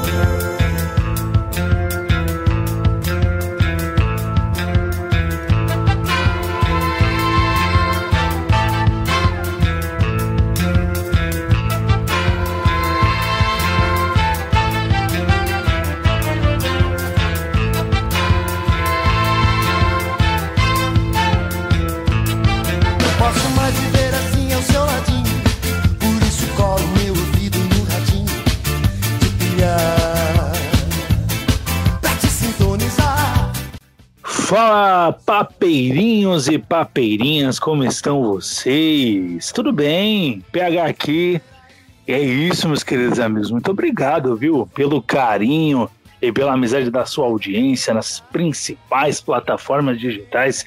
Fala, papeirinhos e papeirinhas, como estão vocês? Tudo bem? PH aqui. É isso, meus queridos amigos. Muito obrigado, viu, pelo carinho e pela amizade da sua audiência nas principais plataformas digitais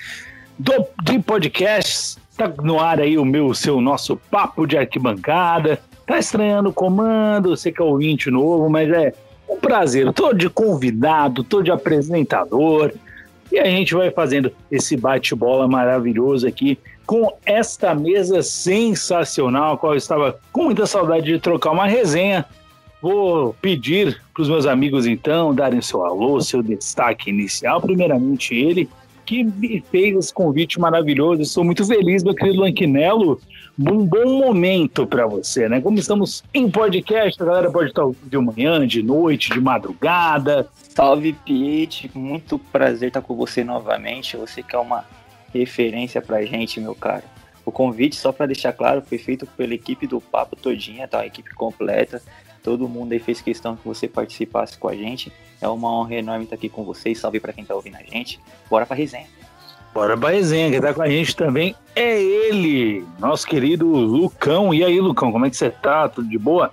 de podcasts. Tá no ar aí nosso papo de arquibancada. Tá estranhando o comando, você que é ouvinte novo, mas é um prazer. Tô de convidado, tô de apresentador. E a gente vai fazendo esse bate-bola maravilhoso aqui com esta mesa sensacional, a qual eu estava com muita saudade de trocar uma resenha. Vou pedir para os meus amigos, então, darem seu alô, seu destaque inicial. Primeiramente, ele que me fez esse convite maravilhoso. Estou muito feliz, meu querido Lanquinello. Um bom momento para você, né? Como estamos em podcast, a galera pode estar de manhã, de noite, de madrugada. Salve, Piet, muito prazer estar com você novamente, você que é uma referência pra gente, meu caro. O convite, só para deixar claro, foi feito pela equipe do Papo todinha, tá? A equipe completa, todo mundo aí fez questão que você participasse com a gente. É uma honra enorme estar aqui com vocês, salve para quem tá ouvindo a gente. Bora pra resenha. Bora pra resenha, quem tá com a gente também é ele, nosso querido Lucão. E aí, Lucão, como é que você tá? Tudo de boa?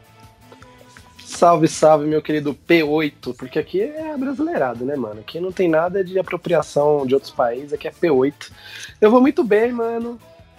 Salve, salve, meu querido P8, porque aqui é brasileirado, né, mano? Aqui não tem nada de apropriação de outros países, aqui é P8. Eu vou muito bem, mano,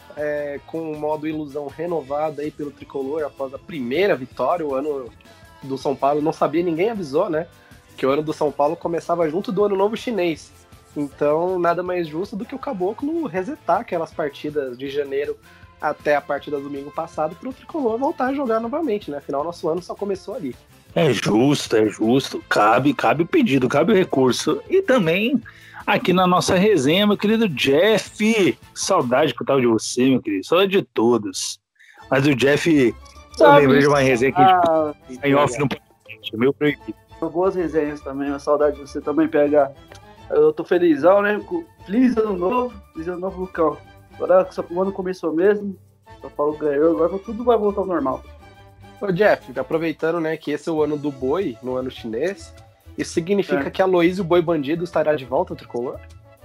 com o modo ilusão renovado aí pelo Tricolor após a primeira vitória. O ano do São Paulo, não sabia, ninguém avisou, né, que o ano do São Paulo começava junto do Ano Novo Chinês. Então, nada mais justo do que o Caboclo resetar aquelas partidas de janeiro até a partida do domingo passado para o Tricolor voltar a jogar novamente, né? Afinal, nosso ano só começou ali. É justo. Cabe o pedido, cabe o recurso. E também, aqui na nossa resenha, meu querido Jeff. Saudade que eu tava de você, meu querido. Saudade de todos. Mas o Jeff, eu lembrei de uma resenha que a gente em off no podcast, meu proibido. Boas resenhas também, uma saudade de você também, PH. Eu tô felizão, né? Feliz ano novo, Lucão. Agora que o ano começou mesmo, São Paulo ganhou, agora tudo vai voltar ao normal. Ô Jeff, aproveitando, né, que esse é o ano do boi, no ano chinês, isso significa que a Aloysio, o boi bandido, estará de volta ao Tricolor?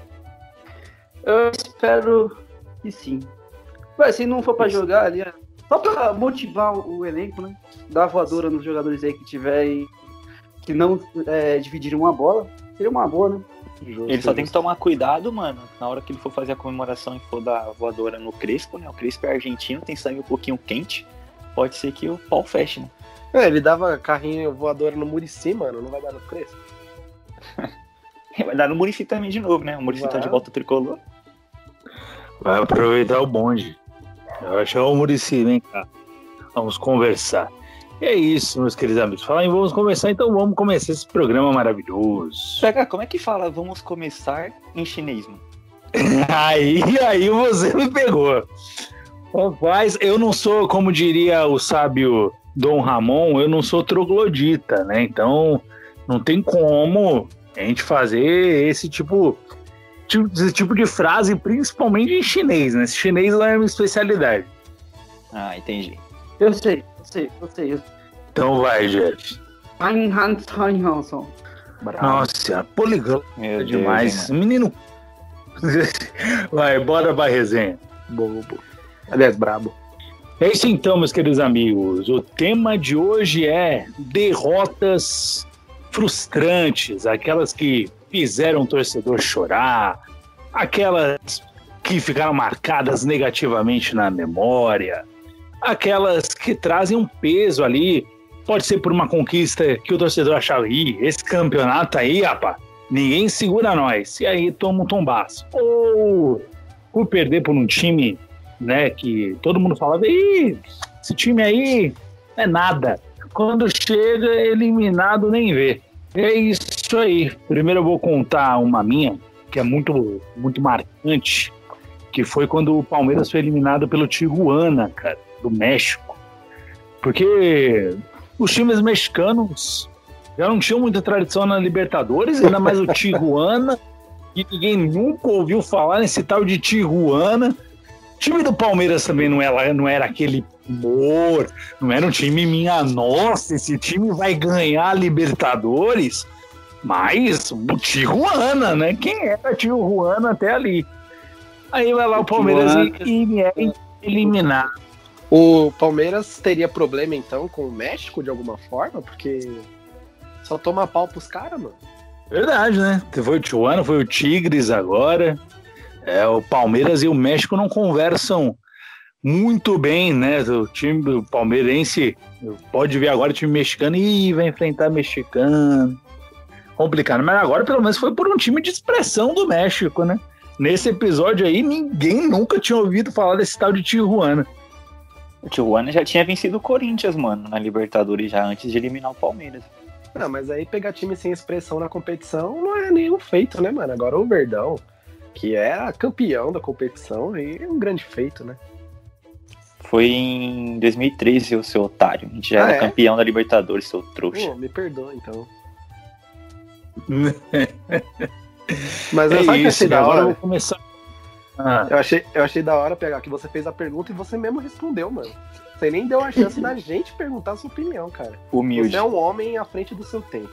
Eu espero que sim. Mas se não for pra jogar ali, só pra motivar o elenco, né? Dar voadora nos jogadores aí que tiver e que não dividirem uma bola, seria uma boa, né? Ele só tem que tomar cuidado, mano, na hora que ele for fazer a comemoração e for dar voadora no Crespo, né? O Crespo é argentino, tem sangue um pouquinho quente. Pode ser que o pau feche, né? Ele dava carrinho voadora no Muricy, mano, não vai dar no Crespo? Vai dar no Muricy também de novo, né? O Muricy tá de volta ao Tricolor. Vai aproveitar o bonde. Eu acho que é o Muricy, vem cá. Vamos conversar. E é isso, meus queridos amigos. Falar em vamos conversar, então vamos começar esse programa maravilhoso. PH, como é que fala vamos começar em chinês, mano? Aí você me pegou. Rapaz, eu não sou, como diria o sábio Dom Ramon, eu não sou troglodita, né? Então, não tem como a gente fazer esse tipo de frase, principalmente em chinês, né? Esse chinês lá é uma especialidade. Ah, entendi. Eu sei. Então vai, Jeff. Bravo. Nossa, poliglota demais. Deus, Menino. Vai, bora pra resenha. Bobo. Aliás, brabo. É isso então, meus queridos amigos. O tema de hoje é derrotas frustrantes, aquelas que fizeram o torcedor chorar, aquelas que ficaram marcadas negativamente na memória, aquelas que trazem um peso ali. Pode ser por uma conquista que o torcedor achava, esse campeonato aí, rapaz, ninguém segura nós. E aí toma um tombaço. Ou por perder por um time, né, que todo mundo falava, esse time aí é nada. quando chega, eliminado nem vê. É isso aí. Primeiro eu vou contar uma minha, que é muito, muito marcante, que foi quando o Palmeiras foi eliminado pelo Tijuana, cara, do México. Porque os times mexicanos já não tinham muita tradição na Libertadores, ainda mais o Tijuana, que ninguém nunca ouviu falar nesse tal de Tijuana. O time do Palmeiras também não era aquele humor, não era um time minha nossa, esse time vai ganhar a Libertadores, mas o Tijuana, né? Quem era Tijuana até ali? Aí vai lá o Palmeiras e é eliminado. O Palmeiras teria problema, então, com o México, de alguma forma? Porque só toma pau pros caras, mano. Verdade, né? Foi o Tijuana, foi o Tigres agora. O Palmeiras e o México não conversam muito bem, né? O time do palmeirense pode ver agora o time mexicano e vai enfrentar mexicano. Complicado. Mas agora, pelo menos, foi por um time de expressão do México, né? Nesse episódio aí, ninguém nunca tinha ouvido falar desse tal de Tijuana. O Tijuana já tinha vencido o Corinthians, mano, na Libertadores, já antes de eliminar o Palmeiras. Não, mas aí pegar time sem expressão na competição não é nenhum feito, né, mano? Agora o Verdão, que é campeão da competição, aí é um grande feito, né? Foi em 2013, o seu otário. A gente já era campeão da Libertadores, seu trouxa. Pô, me perdoa, então. Mas eu sabe que achei da hora. Agora eu vou começar. Eu achei da hora pegar que você fez a pergunta e você mesmo respondeu, mano. Você nem deu a chance da gente perguntar a sua opinião, cara. Humilde. Você é um homem à frente do seu tempo.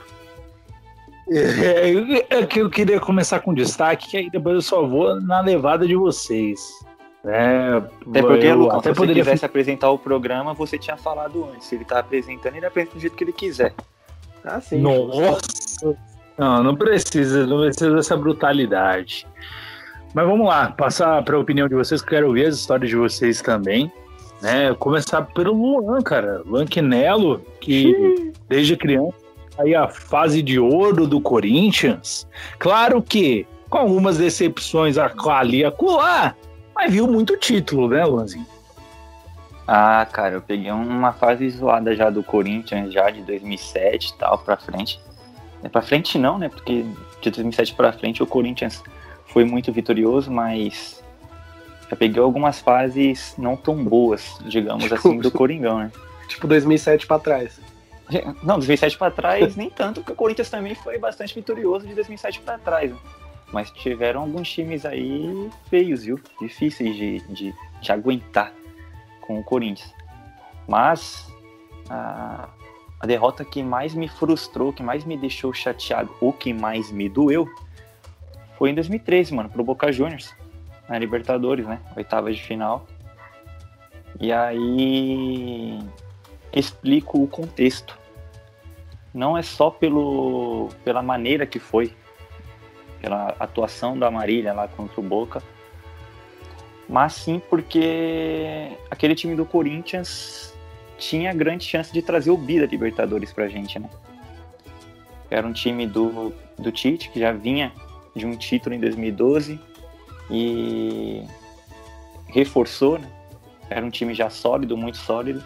É que eu queria começar com destaque, que aí depois eu só vou na levada de vocês. Até porque, Lucão, se você quisesse apresentar o programa, você tinha falado antes. Se ele tá apresentando, ele apresenta do jeito que ele quiser. Ah, sim. Nossa! Não precisa dessa brutalidade. Mas vamos lá, passar para a opinião de vocês, que eu quero ouvir as histórias de vocês também. Né? Começar pelo Luan, cara. Luan Quinello, que desde criança aí a fase de ouro do Corinthians. Claro que com algumas decepções ali e acolá, mas viu muito título, né, Luanzinho? Ah, cara, eu peguei uma fase zoada já do Corinthians, já de 2007 e tal, pra frente. Pra frente não, né, porque de 2007 pra frente o Corinthians foi muito vitorioso, mas já peguei algumas fases não tão boas, digamos assim, do Coringão, né? Tipo 2007 pra trás. Não, 2007 pra trás nem tanto, porque o Corinthians também foi bastante vitorioso de 2007 pra trás, né? Mas tiveram alguns times aí feios, viu? Difíceis de aguentar com o Corinthians. Mas a derrota que mais me frustrou, que mais me deixou chateado, ou que mais me doeu, foi em 2013, mano, pro Boca Juniors, na Libertadores, né? Oitavas de final. E aí explico o contexto. Não é só pela maneira que foi, pela atuação da Marília lá contra o Boca, mas sim porque aquele time do Corinthians tinha grande chance de trazer o bi da Libertadores pra gente, né? Era um time do Tite, que já vinha de um título em 2012 e reforçou, né? Era um time já sólido, muito sólido,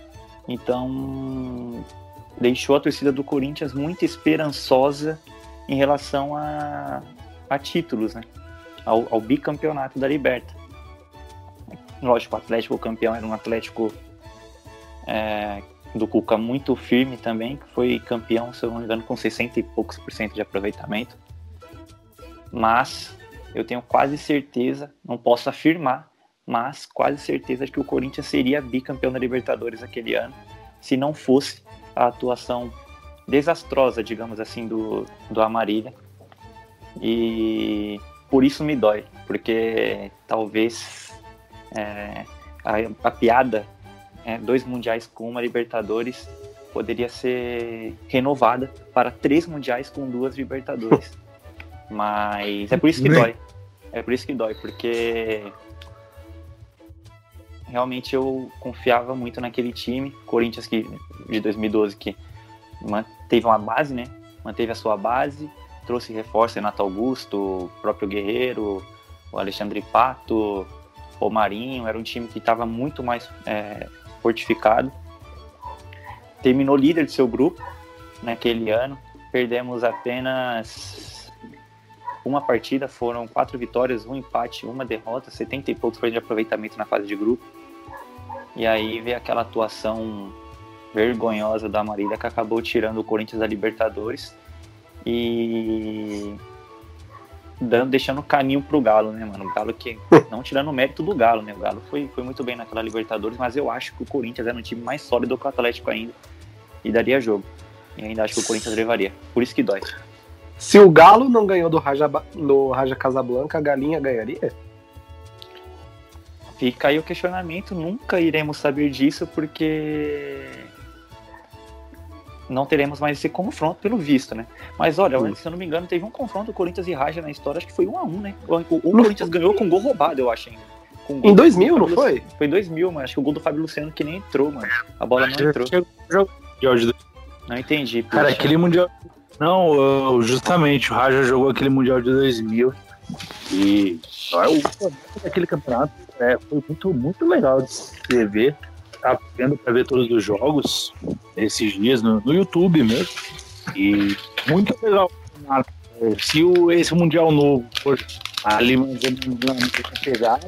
então deixou a torcida do Corinthians muito esperançosa em relação a títulos, né? Ao bicampeonato da Liberta. Lógico, o Atlético campeão era um Atlético do Cuca muito firme também, que foi campeão, se eu não me engano, com 60 e poucos % de aproveitamento. Mas eu tenho quase certeza, não posso afirmar, mas quase certeza de que o Corinthians seria bicampeão da Libertadores aquele ano, se não fosse a atuação desastrosa, digamos assim, do Amarília. E por isso me dói, porque talvez a piada 2 mundiais com uma Libertadores poderia ser renovada para 3 mundiais com 2 Libertadores. Mas é por isso que dói. É por isso que dói, porque realmente eu confiava muito naquele time, Corinthians de 2012, que manteve uma base, né? Manteve a sua base, trouxe reforço, Renato Augusto, o próprio Guerreiro, o Alexandre Pato, o Marinho. Era um time que estava muito mais fortificado. terminou líder de seu grupo naquele ano. Perdemos apenas uma partida, foram 4 vitórias, 1 empate, 1 derrota, 70 e poucos de aproveitamento na fase de grupo. E aí veio aquela atuação vergonhosa da Marília que acabou tirando o Corinthians da Libertadores e deixando o caminho pro Galo, né, mano? O Galo que, não tirando o mérito do Galo, né? O Galo foi muito bem naquela Libertadores, mas eu acho que o Corinthians era um time mais sólido que o Atlético ainda e daria jogo. E ainda acho que o Corinthians levaria. Por isso que dói. Se o Galo não ganhou do Raja Casablanca, a Galinha ganharia? Fica aí o questionamento, nunca iremos saber disso porque não teremos mais esse confronto pelo visto, né? Mas olha, se eu não me engano, teve um confronto Corinthians e Raja na história, acho que foi 1-1, né? O Corinthians ganhou com gol roubado, eu acho ainda. Em 2000, não foi? Foi 2000, mas acho que o gol do Fábio Luciano que nem entrou, mano. A bola não entrou. Não entendi. Cara, aquele Mundial... Não, justamente, o Raja jogou aquele Mundial de 2000 e aquele campeonato foi muito legal de se ver. Tá vendo pra ver todos os jogos esses dias no YouTube mesmo. E muito legal. Se esse Mundial novo for ali mais ou menos pegado,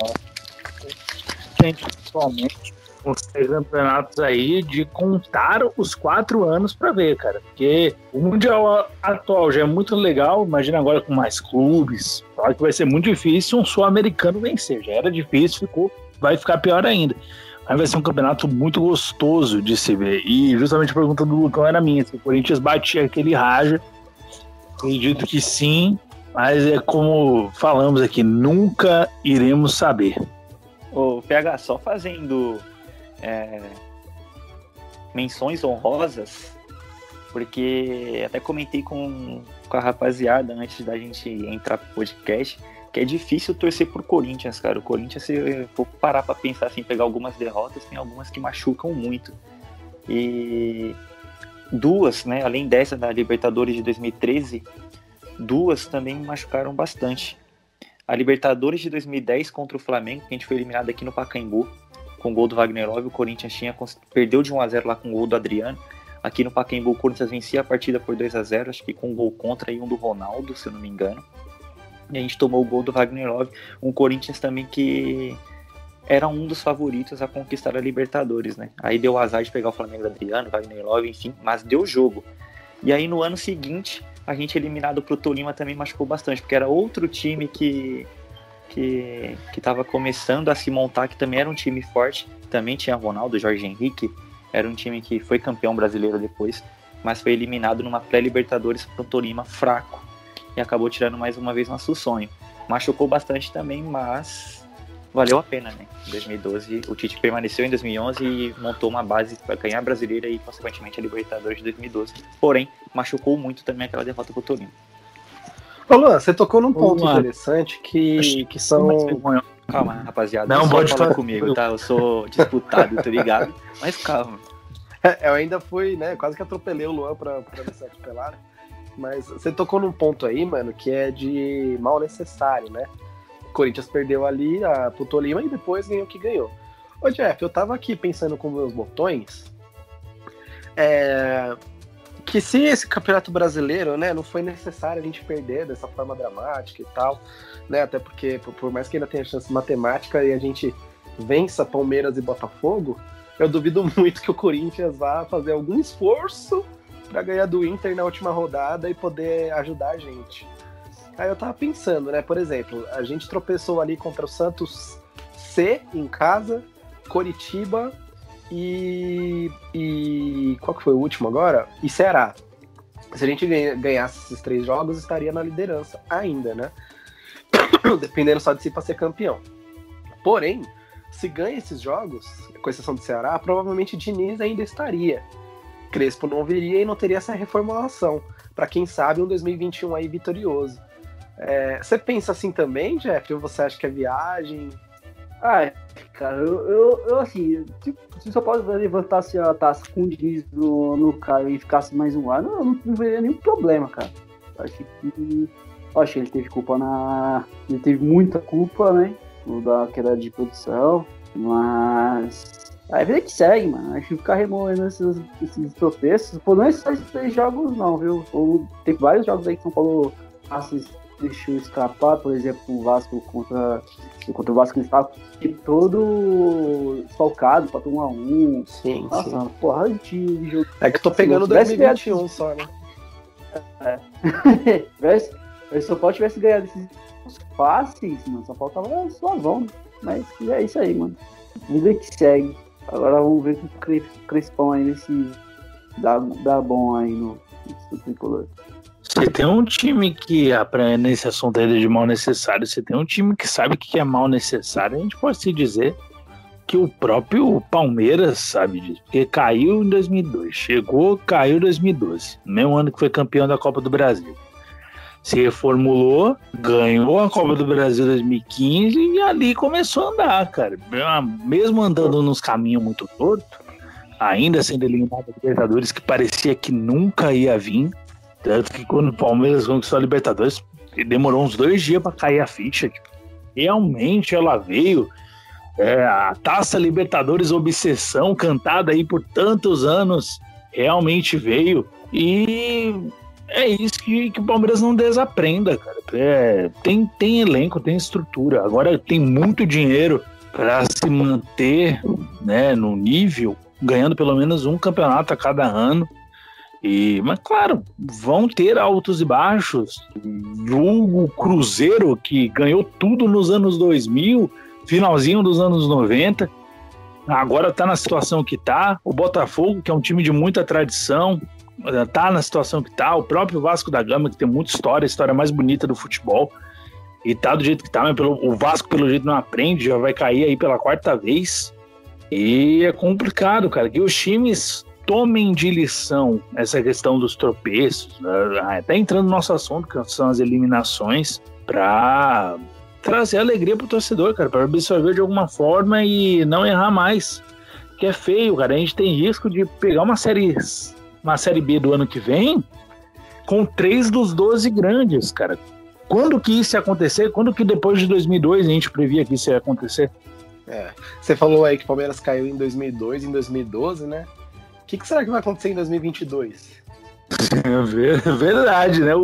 gente, principalmente uns 3 campeonatos aí de contar os 4 anos pra ver, cara. Porque o Mundial atual já é muito legal, imagina agora com mais clubes. Claro que vai ser muito difícil um sul-americano vencer. Já era difícil, vai ficar pior ainda. Mas vai ser um campeonato muito gostoso de se ver. E justamente a pergunta do Lucão era minha, se o Corinthians batia aquele Raja. Acredito que sim, mas é como falamos aqui, nunca iremos saber. Ô, PH, só fazendo menções honrosas, porque até comentei com a rapaziada antes da gente entrar pro podcast, que é difícil torcer por Corinthians, cara. O Corinthians, se eu for parar pra pensar assim, pegar algumas derrotas, tem algumas que machucam muito. E 2, né, além dessa da Libertadores de 2013, 2 também me machucaram bastante. A Libertadores de 2010 contra o Flamengo, que a gente foi eliminado aqui no Pacaembu, com o gol do Wagner Love, o Corinthians perdeu de 1-0 lá com o gol do Adriano. Aqui no Pacaembu, o Corinthians vencia a partida por 2-0, acho que com um gol contra e um do Ronaldo, se eu não me engano. E a gente tomou o gol do Wagner Love, um Corinthians também que era um dos favoritos a conquistar a Libertadores, né? Aí deu o azar de pegar o Flamengo do Adriano, Wagner Love, enfim, mas deu jogo. E aí no ano seguinte, a gente eliminado pro Tolima também machucou bastante, porque era outro time que estava começando a se montar, que também era um time forte, também tinha Ronaldo, Jorge Henrique, era um time que foi campeão brasileiro depois, mas foi eliminado numa pré-Libertadores pro Tolima fraco, e acabou tirando mais uma vez nosso sonho. Machucou bastante também, mas valeu a pena, né? Em 2012, o Tite permaneceu em 2011 e montou uma base para ganhar a Brasileira e, consequentemente, a Libertadores de 2012. Porém, machucou muito também aquela derrota pro Tolima. Ô Luan, você tocou num ponto interessante que são... Calma, rapaziada. Não pode falar comigo, tá? Eu sou disputado, tô ligado. Mas calma. Eu ainda fui, né? Quase que atropelei o Luan pra ser atropelado. Mas você tocou num ponto aí, mano, que é de mal necessário, né? O Corinthians perdeu ali pro Tolima e depois ganhou o que ganhou. Ô Jeff, eu tava aqui pensando com meus botões que se esse Campeonato Brasileiro, né, não foi necessário a gente perder dessa forma dramática e tal, né? Até porque, por mais que ainda tenha chance matemática e a gente vença Palmeiras e Botafogo, eu duvido muito que o Corinthians vá fazer algum esforço para ganhar do Inter na última rodada e poder ajudar a gente. Aí eu tava pensando, né, por exemplo, a gente tropeçou ali contra o Santos C em casa, Coritiba e qual que foi o último agora? E Ceará. Se a gente ganhasse esses 3 jogos, estaria na liderança ainda, né? Dependendo só de si para ser campeão. Porém, se ganha esses jogos, com exceção do Ceará, provavelmente Diniz ainda estaria. Crespo não viria e não teria essa reformulação. Para quem sabe, um 2021 aí vitorioso. Você pensa assim também, Jeff? Ou você acha que é viagem? Cara, eu assim, tipo, se o São Paulo levantasse a taça com o Diniz no Caio e ficasse mais um ano, eu não veria nenhum problema, cara. Acho que ele teve culpa ele teve muita culpa, né? Da queda de produção, mas Aí a vida que segue, mano. A gente ficar remoendo esses tropeços. Pô, não é só esses 3 jogos, não, viu? Tem vários jogos aí que São Paulo deixou escapar, por exemplo, o Vasco contra o Vasco, ele estava todo esfalcado, pra 1-1. Sim, nossa, sim. Porra de jogo. É que tô pegando 2021 só, né? Se o São Paulo tivesse ganhado esses fáceis, mano, São Paulo tava suavão. Mas é isso aí, mano. Vamos ver que segue. Agora vamos ver que o Crespão aí nesse dá bom aí no tricolor. Você tem um time que, nesse assunto aí de mal necessário, você tem um time que sabe o que é mal necessário, a gente pode se dizer que o próprio Palmeiras sabe disso, porque caiu em 2002, caiu em 2012, no mesmo ano que foi campeão da Copa do Brasil. Se reformulou, ganhou a Copa do Brasil 2015 e ali começou a andar, cara. Mesmo andando nos caminhos muito tortos, ainda sendo eliminado da Libertadores, que parecia que nunca ia vir. Tanto que quando o Palmeiras conquistou a Libertadores, demorou uns 2 dias para cair a ficha. Tipo, realmente ela veio. A Taça Libertadores Obsessão, cantada aí por tantos anos, realmente veio. E é isso que o Palmeiras não desaprenda, cara. Tem elenco, tem estrutura. Agora tem muito dinheiro para se manter, né, no nível, ganhando pelo menos um campeonato a cada ano. Mas claro, vão ter altos e baixos. O Cruzeiro, que ganhou tudo nos anos 2000, finalzinho dos anos 90, agora está na situação que está. O Botafogo, que é um time de muita tradição, está na situação que está. O próprio Vasco da Gama, que tem muita história, a história mais bonita do futebol, e está do jeito que está. Mas o Vasco, pelo jeito, não aprende, já vai cair aí pela 4ª vez. E é complicado, cara, que os times tomem de lição essa questão dos tropeços, até entrando no nosso assunto, que são as eliminações, para trazer alegria pro torcedor, cara, para absorver de alguma forma e não errar mais, que é feio, cara. A gente tem risco de pegar uma série B do ano que vem com 3 dos 12 grandes, cara. Quando que isso ia acontecer? Quando que depois de 2002 a gente previa que isso ia acontecer? Você falou aí que o Palmeiras caiu em 2002, em 2012, né? O que será que vai acontecer em 2022? É verdade, né?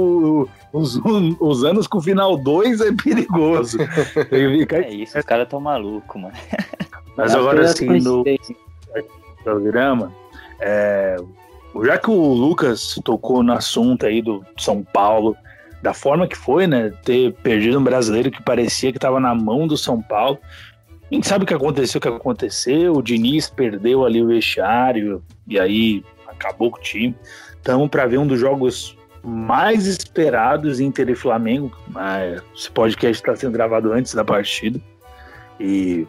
Os anos com final 2 é perigoso. É isso, os caras tão malucos, mano. Mas agora sim, no programa, já que o Lucas tocou no assunto aí do São Paulo, da forma que foi, né? Ter perdido um brasileiro que parecia que estava na mão do São Paulo. A gente sabe o que aconteceu, o Diniz perdeu ali o vestiário e aí acabou com o time. Estamos para ver um dos jogos mais esperados, Inter e Flamengo. Esse podcast está sendo gravado antes da partida e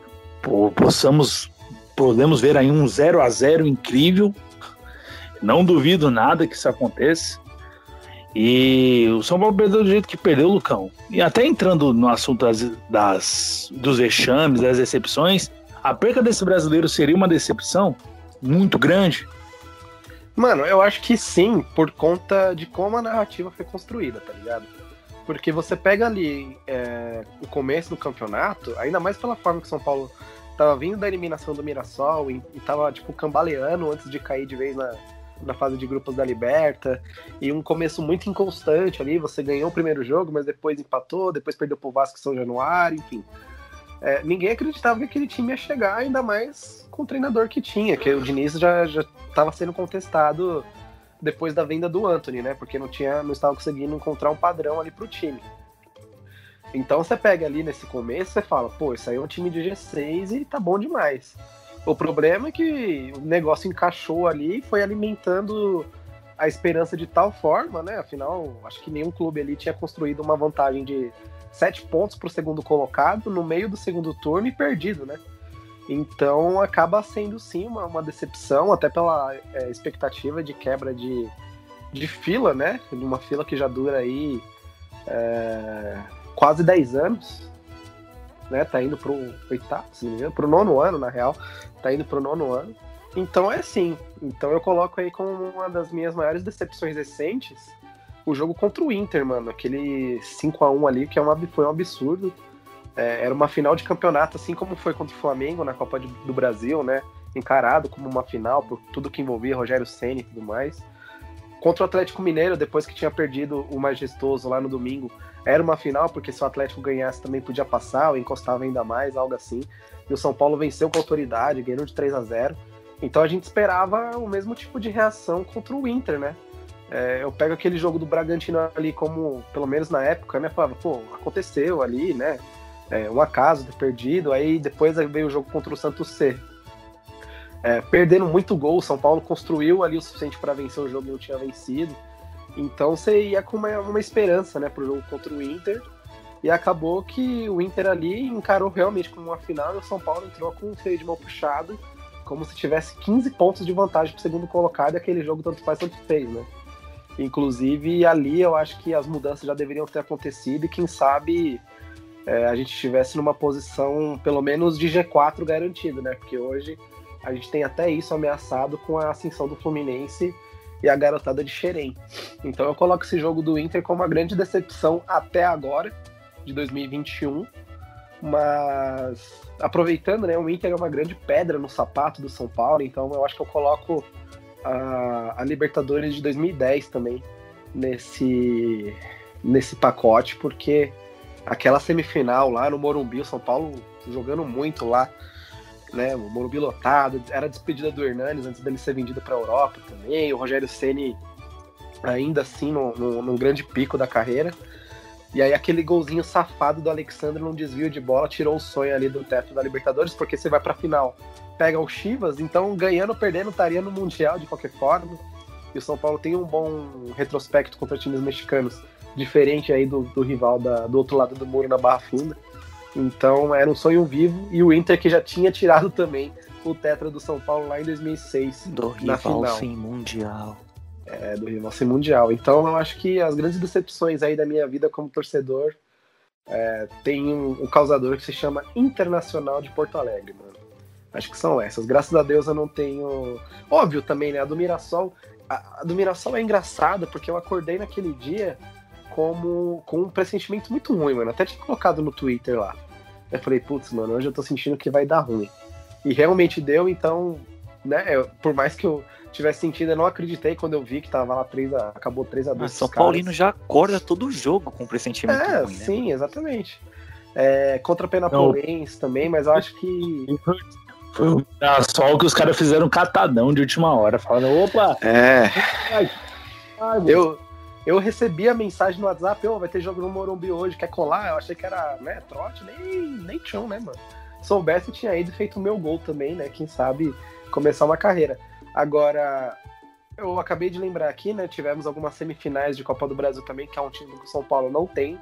podemos ver aí um 0-0 incrível. Não duvido nada que isso aconteça. E o São Paulo perdeu do jeito que perdeu, Lucão. E até entrando no assunto dos vexames, das decepções, a perca desse brasileiro seria uma decepção muito grande? Mano, eu acho que sim, por conta de como a narrativa foi construída, tá ligado? Porque você pega ali o começo do campeonato, ainda mais pela forma que o São Paulo tava vindo da eliminação do Mirassol e tava, tipo, cambaleando antes de cair de vez na fase de grupos da Liberta, e um começo muito inconstante ali. Você ganhou o primeiro jogo, mas depois empatou, depois perdeu pro Vasco São Januário, enfim. Ninguém acreditava que aquele time ia chegar, ainda mais com o treinador que tinha, que o Diniz já estava sendo contestado depois da venda do Antony, né? Porque não estava conseguindo encontrar um padrão ali pro time. Então você pega ali nesse começo, você fala, pô, isso aí é um time de G6 e tá bom demais. O problema é que o negócio encaixou ali e foi alimentando a esperança de tal forma, né? Afinal, acho que nenhum clube ali tinha construído uma vantagem de 7 pontos pro segundo colocado no meio do segundo turno e perdido, né? Então acaba sendo sim uma decepção, até pela expectativa de quebra de fila, né? De uma fila que já dura aí quase 10 anos. Né, tá indo pro 8º, se não me engano, pro 9º ano, na real, tá indo pro 9º ano. Então é assim, então eu coloco aí como uma das minhas maiores decepções recentes o jogo contra o Inter, mano, aquele 5-1 ali, que foi um absurdo. Era uma final de campeonato, assim como foi contra o Flamengo na Copa do Brasil, né, encarado como uma final, por tudo que envolvia Rogério Ceni e tudo mais. Contra o Atlético Mineiro, depois que tinha perdido o Majestoso lá no domingo, era uma final, porque se o Atlético ganhasse também podia passar, ou encostava ainda mais, algo assim. E o São Paulo venceu com autoridade, ganhou de 3-0. Então a gente esperava o mesmo tipo de reação contra o Inter, né? Eu pego aquele jogo do Bragantino ali como, pelo menos na época, né? Falava, pô, aconteceu ali, né? Um acaso ter perdido. Aí depois veio o jogo contra o Santos C. Perdendo muito gol, o São Paulo construiu ali o suficiente para vencer o jogo e não tinha vencido. Então você ia com uma esperança, né, pro jogo contra o Inter. E acabou que o Inter ali encarou realmente como uma final e o São Paulo entrou com um freio de mão puxado, como se tivesse 15 pontos de vantagem pro segundo colocado, e aquele jogo tanto faz, tanto fez, né? Inclusive, ali eu acho que as mudanças já deveriam ter acontecido e quem sabe a gente estivesse numa posição, pelo menos, de G4 garantido, né? Porque hoje a gente tem até isso ameaçado com a ascensão do Fluminense e a garotada de Xerém. Então eu coloco esse jogo do Inter como uma grande decepção até agora, de 2021, mas aproveitando, né, o Inter é uma grande pedra no sapato do São Paulo, então eu acho que eu coloco a Libertadores de 2010 também nesse pacote, porque aquela semifinal lá no Morumbi, o São Paulo jogando muito lá, né, o Morumbi lotado, era a despedida do Hernanes antes dele ser vendido para a Europa também, o Rogério Ceni ainda assim num grande pico da carreira, e aí aquele golzinho safado do Alexandre num desvio de bola tirou o sonho ali do teto da Libertadores, porque você vai pra final, pega o Chivas, então ganhando ou perdendo estaria no Mundial de qualquer forma, e o São Paulo tem um bom retrospecto contra times mexicanos, diferente aí do rival do outro lado do muro na Barra Funda, então era um sonho vivo, e o Inter que já tinha tirado também o tetra do São Paulo lá em 2006, do na rival final. sem Mundial. Do rival sem Mundial. Então eu acho que as grandes decepções aí da minha vida como torcedor tem um causador que se chama Internacional de Porto Alegre, mano. Acho que são essas. Graças a Deus eu não tenho... Óbvio também, né? A do Mirassol... A do Mirassol é engraçada porque eu acordei naquele dia com um pressentimento muito ruim, mano. Até tinha colocado no Twitter lá. Eu falei, putz, mano, hoje eu tô sentindo que vai dar ruim. E realmente deu, então... né? Por mais que eu tivesse sentido, eu não acreditei quando eu vi que tava lá acabou 3-2. Mas São Paulino já acorda todo jogo com pressentimento ruim, né? Sim, exatamente. Contra a Penapolense também, mas eu acho que... Foi o Mirassol que os caras fizeram um catadão de última hora, falando, opa! Eu recebi a mensagem no WhatsApp, vai ter jogo no Morumbi hoje, quer colar? Eu achei que era, né, trote, nem tchão, né, mano? Soubesse, tinha ido e feito o meu gol também, né, quem sabe começar uma carreira. Agora, eu acabei de lembrar aqui, né, tivemos algumas semifinais de Copa do Brasil também, que é um time que o São Paulo não tem,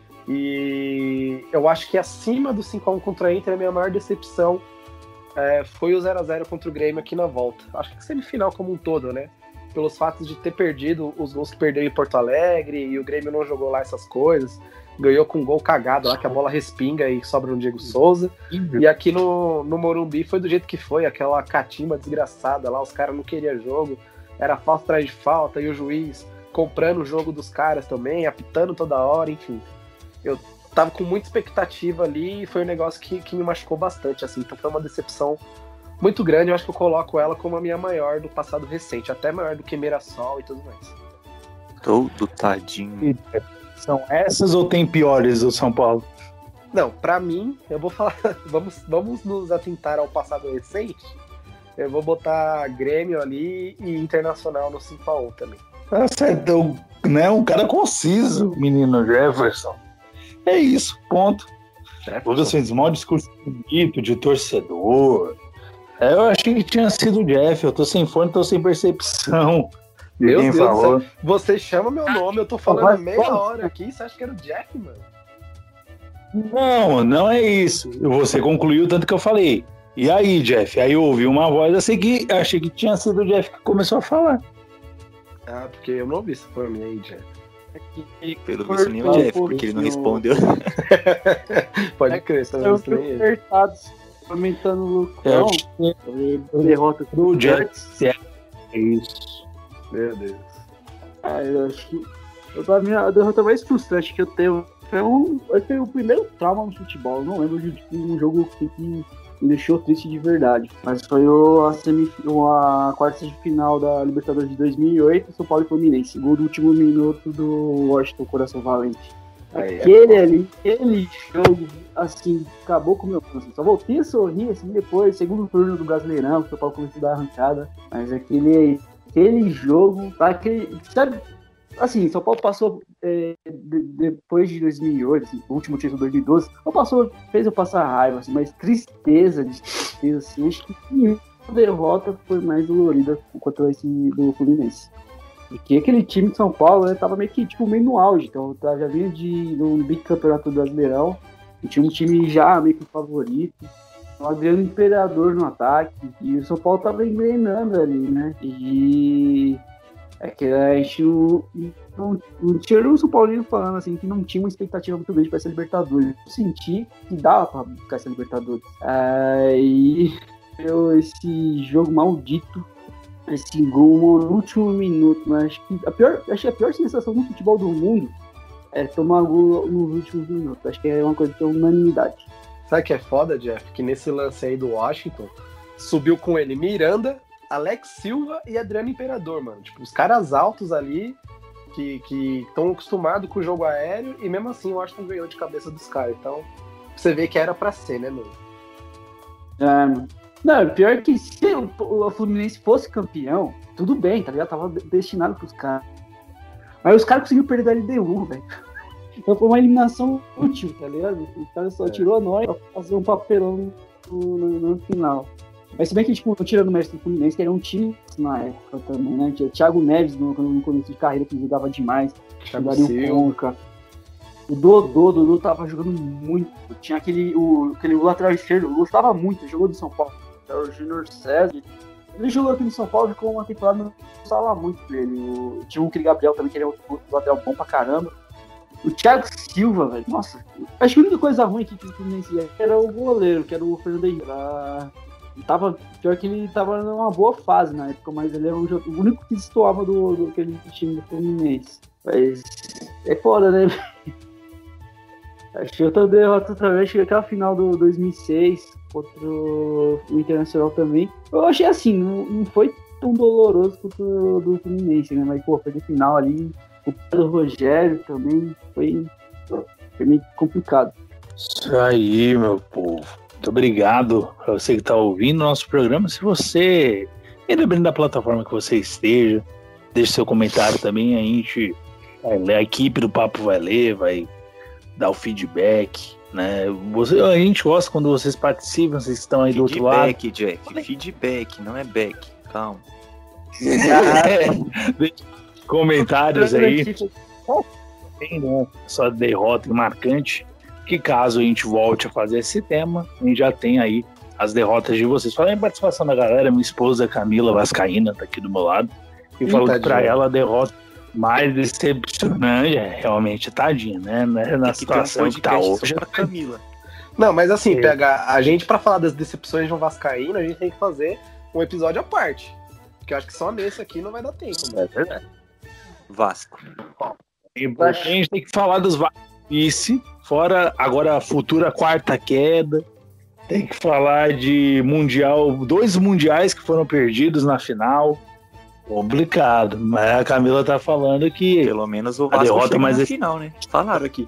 e eu acho que acima do 5-1 contra a Inter, a minha maior decepção foi o 0-0 contra o Grêmio aqui na volta. Acho que semifinal como um todo, né, pelos fatos de ter perdido os gols que perdeu em Porto Alegre, e o Grêmio não jogou lá essas coisas, ganhou com um gol cagado lá, que a bola respinga e sobra no Diego Souza. E aqui no Morumbi foi do jeito que foi, aquela catimba desgraçada lá, os caras não queriam jogo, era falta atrás de falta, e o juiz comprando o jogo dos caras também, apitando toda hora, enfim. Eu tava com muita expectativa ali e foi um negócio que me machucou bastante, assim, então foi uma decepção muito grande. Eu acho que eu coloco ela como a minha maior do passado recente, até maior do que Mirassol e tudo mais. Todo tadinho. São essas ou tem piores do São Paulo? Não, pra mim, eu vou falar, vamos nos atentar ao passado recente. Eu vou botar Grêmio ali e Internacional no 5-1 também. Tá certo, né? Um cara conciso, menino Jefferson. É isso, ponto. Você fez um maior discurso bonito de torcedor. Eu achei que tinha sido o Jeff. Eu tô sem fone, tô sem percepção. Meu Deus do céu. Você chama meu nome, eu tô falando meia hora aqui. Você acha que era o Jeff, mano? Não é isso. Você concluiu tanto que eu falei. E aí, Jeff? Aí eu ouvi uma voz, achei que tinha sido o Jeff que começou a falar. Ah, porque eu não ouvi esse fone aí, Jeff. Pelo visto nem o Jeff, porque ele não respondeu. Pode crer, tá vendo? Apertados, comentando o Lucão. Derrota do Jeff. É isso. Meu Deus. Eu acho que a derrota mais frustrante que eu tenho foi o primeiro trauma no futebol. Eu não lembro de um jogo que me deixou triste de verdade. Mas foi a quarta de final da Libertadores de 2008, São Paulo e Fluminense, gol do último minuto do Washington Coração Valente. Aquele jogo, assim, acabou com o meu coração. Só voltei a sorrir, assim, depois, segundo turno do Brasileirão, que o São Paulo começou a dar arrancada. Mas aquele jogo, sabe, assim, São Paulo passou, depois de 2008, assim, o último título de 2012, fez eu passar raiva, assim, mas tristeza, assim, acho que nenhuma derrota foi mais dolorida quanto esse do Fluminense. Porque aquele time de São Paulo, né, tava meio no auge, então já vinha de um bicampeonato brasileirão, e tinha um time já meio que favorito, o Adriano Imperador no ataque, e o São Paulo tava engrenando ali, né, e a gente não tinha o São Paulino falando assim, que não tinha uma expectativa muito grande para essa Libertadores. Eu senti que dava para buscar essa Libertadores. Aí esse jogo maldito, esse gol no último minuto, mas acho que a pior sensação no futebol do mundo é tomar gol nos últimos minutos. Acho que é uma coisa que é unanimidade. Sabe o que é foda, Jeff? Que nesse lance aí do Washington, subiu com ele Miranda, Alex Silva e Adriano Imperador, mano. Tipo, os caras altos ali que estão acostumados com o jogo aéreo e mesmo assim o Washington ganhou de cabeça dos caras. Então, você vê que era pra ser, né, meu? Não, pior que se o Fluminense fosse campeão, tudo bem, tá ligado? Tava destinado pros caras. Mas os caras conseguiram perder da LDU, velho. Então foi uma eliminação útil, tá ligado? O cara só tirou a nós pra fazer um papelão no final. Mas se bem que, tipo, não tirando o mérito do Fluminense, que era um time na época também, né? Tinha Thiago Neves no começo de carreira, que jogava demais. Dario Conca. O Dodô tava jogando muito. Tinha aquele lateral esquerdo, eu gostava muito, jogou do São Paulo. Era o Júnior César. Ele jogou aqui no São Paulo, ficou uma temporada, não gostava muito dele. Tinha o Kili Gabriel também, que ele é outro lateral bom pra caramba. O Thiago Silva, velho, nossa. Acho que a única coisa ruim aqui que o Fluminense era o goleiro, que era o Fernando Henrique. Pior que ele tava numa boa fase na época, mas ele era o único que destoava do aquele time do Fluminense. Mas é foda, né? Acho que outra derrota também, acho que aquela final do 2006 contra o Internacional também. Eu achei assim, não foi tão doloroso quanto o do Fluminense, né? Mas, pô, foi de final ali. O Pedro Rogério também foi meio complicado. Isso aí, meu povo. Muito obrigado a você que está ouvindo o nosso programa. Se você, independente da plataforma que você esteja, deixe seu comentário também. A gente vai ler, a equipe do Papo vai ler, vai dar o feedback, né? A gente gosta quando vocês participam, vocês estão aí do outro lado. Feedback, Jeff. Feedback, não é back. Calma. Comentários aí. Tem, né? Só derrota marcante. Que caso a gente volte a fazer esse tema, a gente já tem aí as derrotas de vocês. Falando em participação da galera, minha esposa Camila Vascaína tá aqui do meu lado e falou que pra ela a derrota mais decepcionante é realmente tadinha, né? Na situação que tá hoje. Pra Camila. Não, mas assim, PH, a gente pra falar das decepções de um vascaíno, a gente tem que fazer um episódio à parte. Porque eu acho que só nesse aqui não vai dar tempo. É verdade. Vasco. A gente tem que falar dos vice, fora agora a futura quarta queda. Tem que falar de mundial, 2 mundiais que foram perdidos na final. Complicado, mas a Camila tá falando que pelo menos o Vasco derrota mais na final, né? Falaram aqui.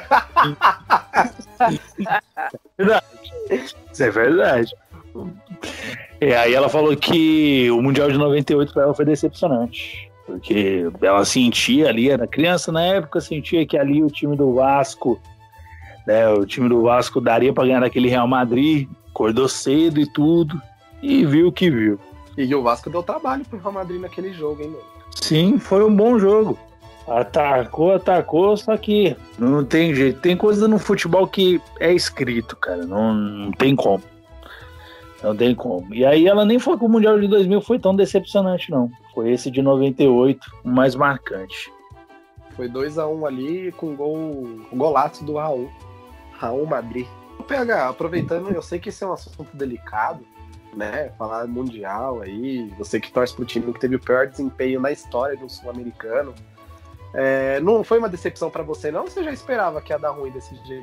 Isso é verdade. E aí ela falou que o Mundial de 98 para ela foi decepcionante. Porque ela sentia ali, era criança na época, sentia que ali o time do Vasco, né, o time do Vasco daria para ganhar daquele Real Madrid, acordou cedo e tudo, e viu o que viu. E o Vasco deu trabalho pro Real Madrid naquele jogo, hein, mano? Sim, foi um bom jogo. Atacou, só que não tem jeito. Tem coisa no futebol que é escrito, cara, não tem como. Não tem como. E aí ela nem falou que o Mundial de 2000 foi tão decepcionante, não. Foi esse de 98, o mais marcante. Foi 2-1 ali com o golaço do Raul Madrid. PH, aproveitando, eu sei que esse é um assunto delicado, né? Falar mundial aí, você que torce pro time que teve o pior desempenho na história do Sul-Americano. Não foi uma decepção pra você, não? Ou você já esperava que ia dar ruim desse jeito?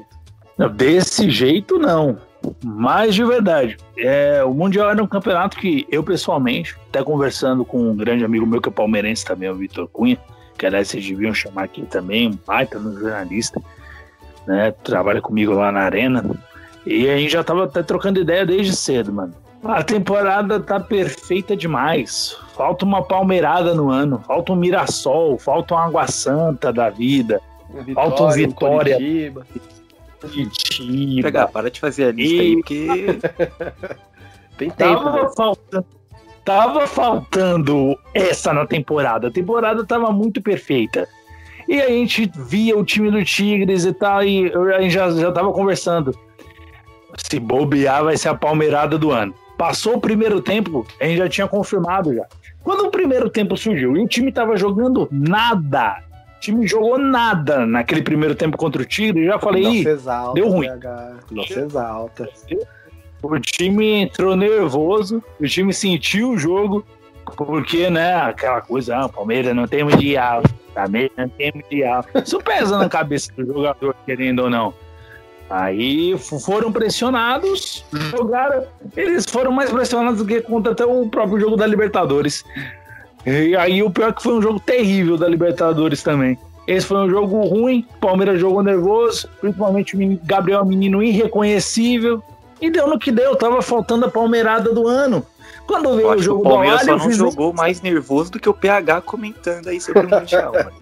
Não, desse jeito não, mas de verdade. O Mundial era um campeonato que eu pessoalmente, até conversando com um grande amigo meu que é palmeirense também, o Vitor Cunha, que aliás vocês deviam chamar aqui também, um baita no jornalista, né, trabalha comigo lá na Arena, e a gente já tava até trocando ideia desde cedo, mano. A temporada tá perfeita demais. Falta uma palmeirada no ano, falta um Mirassol, falta uma Água Santa da vida, falta um Vitória. Curitiba. Pegar, para de fazer a lista aí, porque tem tempo. Tava faltando essa na temporada. A temporada tava muito perfeita. E a gente via o time do Tigres e tal, e a gente já tava conversando. Se bobear, vai ser a palmeirada do ano. Passou o primeiro tempo, a gente já tinha confirmado já. Quando o primeiro tempo surgiu e o time tava jogando nada, o time jogou nada naquele primeiro tempo contra o Tigre, eu já falei, deu ruim. Não se exalta. O time entrou nervoso, o time sentiu o jogo, porque, né, aquela coisa, o Palmeiras não tem mundial, Palmeiras não tem mundial. Isso pesa na cabeça do jogador, querendo ou não. Aí foram pressionados, jogaram. Eles foram mais pressionados do que contra até o próprio jogo da Libertadores. E aí o pior é que foi um jogo terrível da Libertadores também. Esse foi um jogo ruim, o Palmeiras jogou nervoso, principalmente o Gabriel, menino irreconhecível. E deu no que deu, tava faltando a palmeirada do ano. Quando veio o jogo do Palmeiras só não jogou mais nervoso do que o PH comentando aí sobre o Mundial, mano.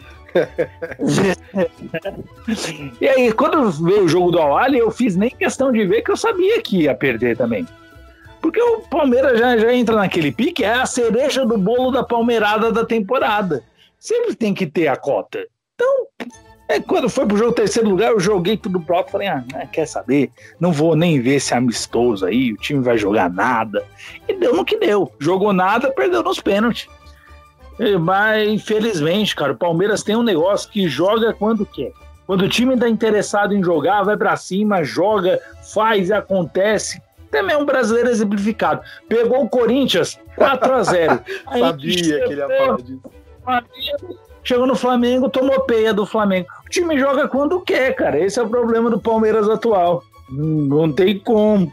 E aí, quando veio o jogo do Al-Ahly, eu fiz nem questão de ver, que eu sabia que ia perder também. Porque o Palmeiras já entra naquele pique, é a cereja do bolo da palmeirada da temporada. Sempre tem que ter a cota. Então, quando foi pro jogo terceiro lugar, eu joguei tudo pro alto, falei, quer saber? Não vou nem ver esse amistoso aí, o time vai jogar nada. E deu no que deu. Jogou nada, perdeu nos pênaltis. Mas, infelizmente, cara, o Palmeiras tem um negócio que joga quando quer. Quando o time tá interessado em jogar, vai pra cima, joga, faz e acontece. Também é um brasileiro exemplificado. Pegou o Corinthians 4-0. Sabia que ele ia falar disso. Chegou no Flamengo, tomou peia do Flamengo. O time joga quando quer, cara. Esse é o problema do Palmeiras atual. Não tem como.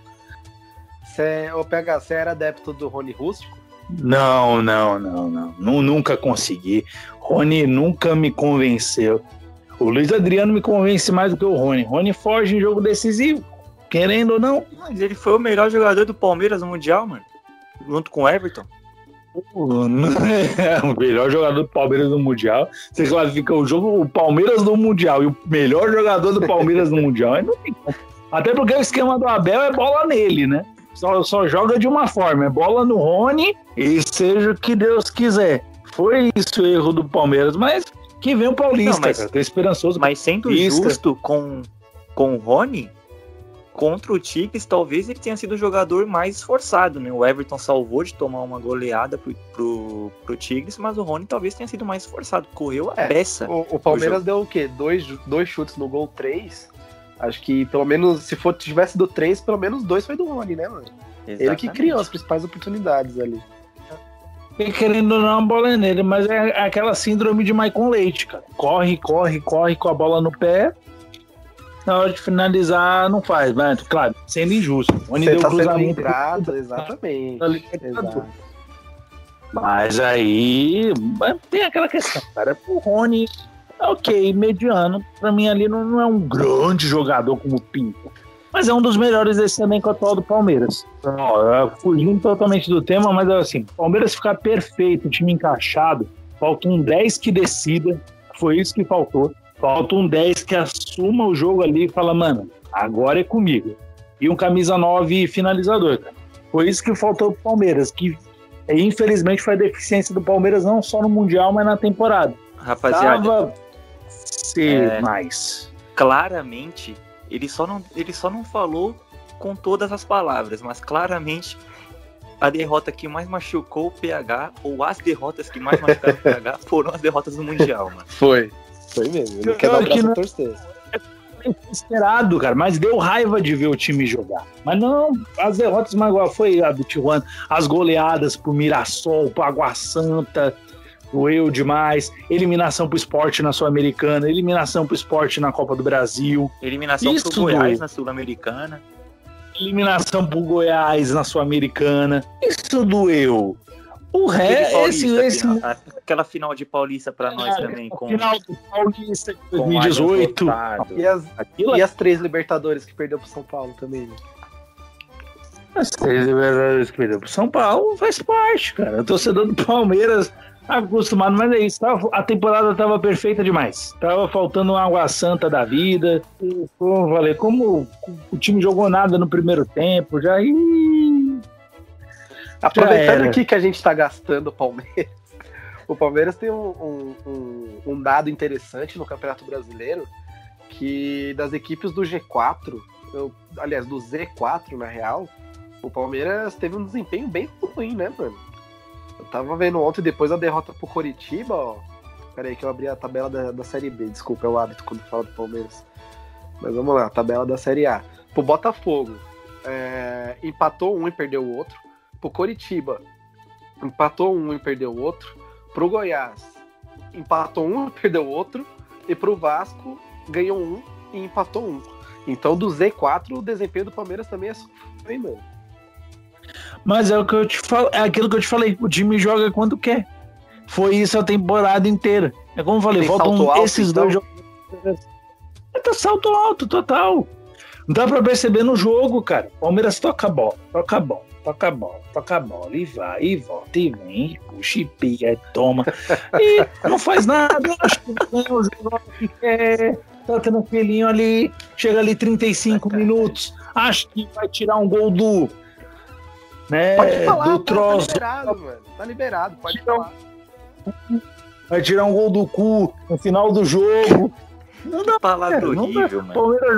Você era adepto do Rony Rústico? Não. Nunca consegui. Rony nunca me convenceu. O Luiz Adriano me convence mais do que o Rony. Rony foge em jogo decisivo, querendo ou não. Mas ele foi o melhor jogador do Palmeiras no Mundial, mano. Junto com o Everton. O melhor jogador do Palmeiras no Mundial. Você classifica o Palmeiras no Mundial e o melhor jogador do Palmeiras no Mundial. Não tem como. Até porque o esquema do Abel é bola nele, né? Só joga de uma forma, é bola no Rony e seja o que Deus quiser. Foi isso o erro do Palmeiras, mas que vem o Paulista, cara, tô esperançoso. Mas sendo justo com o Rony, contra o Tigres, talvez ele tenha sido o jogador mais esforçado, né? O Everton salvou de tomar uma goleada pro Tigres, mas o Rony talvez tenha sido mais esforçado, correu a beça. O Palmeiras deu o quê? Dois chutes no gol, 3? Acho que pelo menos, se tivesse do 3, pelo menos 2 foi do Rony, né, mano? Exatamente. Ele que criou as principais oportunidades ali. E querendo ou não, a bola é nele, mas é aquela síndrome de Maicon Leite, cara. Corre com a bola no pé. Na hora de finalizar, não faz. Mas, claro, sendo injusto. Rony deu cruzamento. Exatamente. Exato. Mas aí tem aquela questão, cara. O Rony, ok, mediano. Pra mim ali não é um grande jogador como o Pinto. Mas é um dos melhores desse elenco atual do Palmeiras. Fugindo totalmente do tema, mas assim, Palmeiras ficar perfeito, o time encaixado, falta um 10 que decida, foi isso que faltou. Falta um 10 que assuma o jogo ali e fala, mano, agora é comigo. E um camisa 9 finalizador, cara. Foi isso que faltou pro Palmeiras, que infelizmente foi a deficiência do Palmeiras não só no Mundial, mas na temporada. Rapaziada, mais. Claramente, ele só não falou com todas as palavras, mas claramente a derrota que mais machucou o PH, ou as derrotas que mais machucaram o PH, foram as derrotas do Mundial, mano. Foi mesmo. Ele quer dar o braço a torcer. Esperado, cara, mas deu raiva de ver o time jogar. Mas não, as derrotas mais igual foi a do Tijuana, as goleadas pro Mirassol, pro Água Santa, doeu demais. Eliminação pro Sport na Sul-Americana, eliminação pro Sport na Copa do Brasil. Eliminação Isso pro Goiás doeu. na Sul-Americana. Eliminação pro Goiás na Sul-Americana. Isso doeu. O Aquela final de Paulista pra nós também. Com final do Paulista de com 2018. E as 3 Libertadores que perdeu pro São Paulo também, né? As 3 Libertadores que perdeu pro São Paulo faz parte, cara. O torcedor do Palmeiras tá acostumado, mas é isso. A temporada tava perfeita demais. Tava faltando uma água santa da vida. Como o time jogou nada no primeiro tempo, já. Aproveitando aqui que a gente tá gastando o Palmeiras, o Palmeiras tem um dado interessante no Campeonato Brasileiro, que das equipes do G4, aliás, do Z4, na real, o Palmeiras teve um desempenho bem ruim, né, mano? Eu tava vendo ontem, depois da derrota pro Coritiba, ó. Pera aí que eu abri a tabela da Série B, desculpa, é o hábito quando falo do Palmeiras. Mas vamos lá, tabela da Série A. Pro Botafogo, empatou um e perdeu o outro. Pro Coritiba, empatou um e perdeu o outro. Pro Goiás, empatou um e perdeu o outro. E pro Vasco, ganhou um e empatou um. Então, do Z4, o desempenho do Palmeiras também é sofrido, mano. Mas é o que eu te falo, é aquilo que eu te falei, o time joga quando quer. Foi isso a temporada inteira. É como eu falei, faltam esses dois jogos. Tá salto alto, total. Não dá pra perceber no jogo, cara. Palmeiras toca a bola, e vai, e volta, e vem, e puxa, e pia, e toma. E não faz nada, acho que ganha o jogo que quer, tá tranquilinho ali, chega ali 35 minutos, acho que vai tirar um gol do... Né, pode falar, do troço. Tá liberado, mano. Tá liberado, pode falar. Vai tirar um gol do cu no final do jogo. Não dá, palavra horrível, mano. Palmeiras...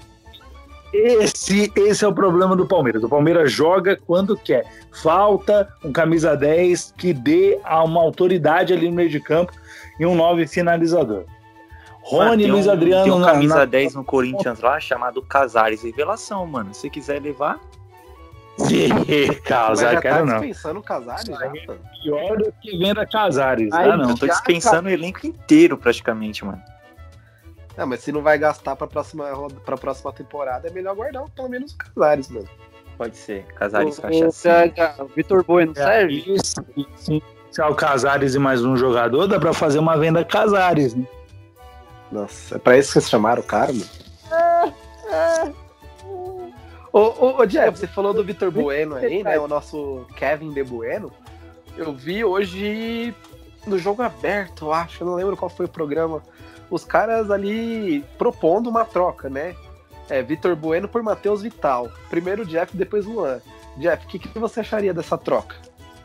Esse é o problema do Palmeiras. O Palmeiras joga quando quer. Falta um camisa 10 que dê uma autoridade ali no meio de campo e um 9 finalizador. Rony, Luiz Adriano... Tem um camisa 10 no Corinthians lá, chamado Casares. Revelação, mano. Se quiser levar... Casares, quero não. Dispensando o Casares já, mano. Pior do que venda Casares. Não. Eu tô dispensando o elenco inteiro, praticamente, mano. Não, mas se não vai gastar pra próxima temporada, é melhor guardar pelo menos o Casares, mano. Pode ser. Casares cachaça. O Vitor Bueno serve? Isso. Se é o Casares e mais um jogador, dá pra fazer uma venda Casares, né? Nossa, é pra isso que vocês chamaram o cara, mano? Ô, Jeff, você falou do Vitor Bueno aí, né? O nosso Kevin De Bueno. Eu vi hoje no Jogo Aberto, eu acho, eu não lembro qual foi o programa. Os caras ali propondo uma troca, né? Vitor Bueno por Matheus Vital. Primeiro o Jeff, depois o Luan. Jeff, o que você acharia dessa troca?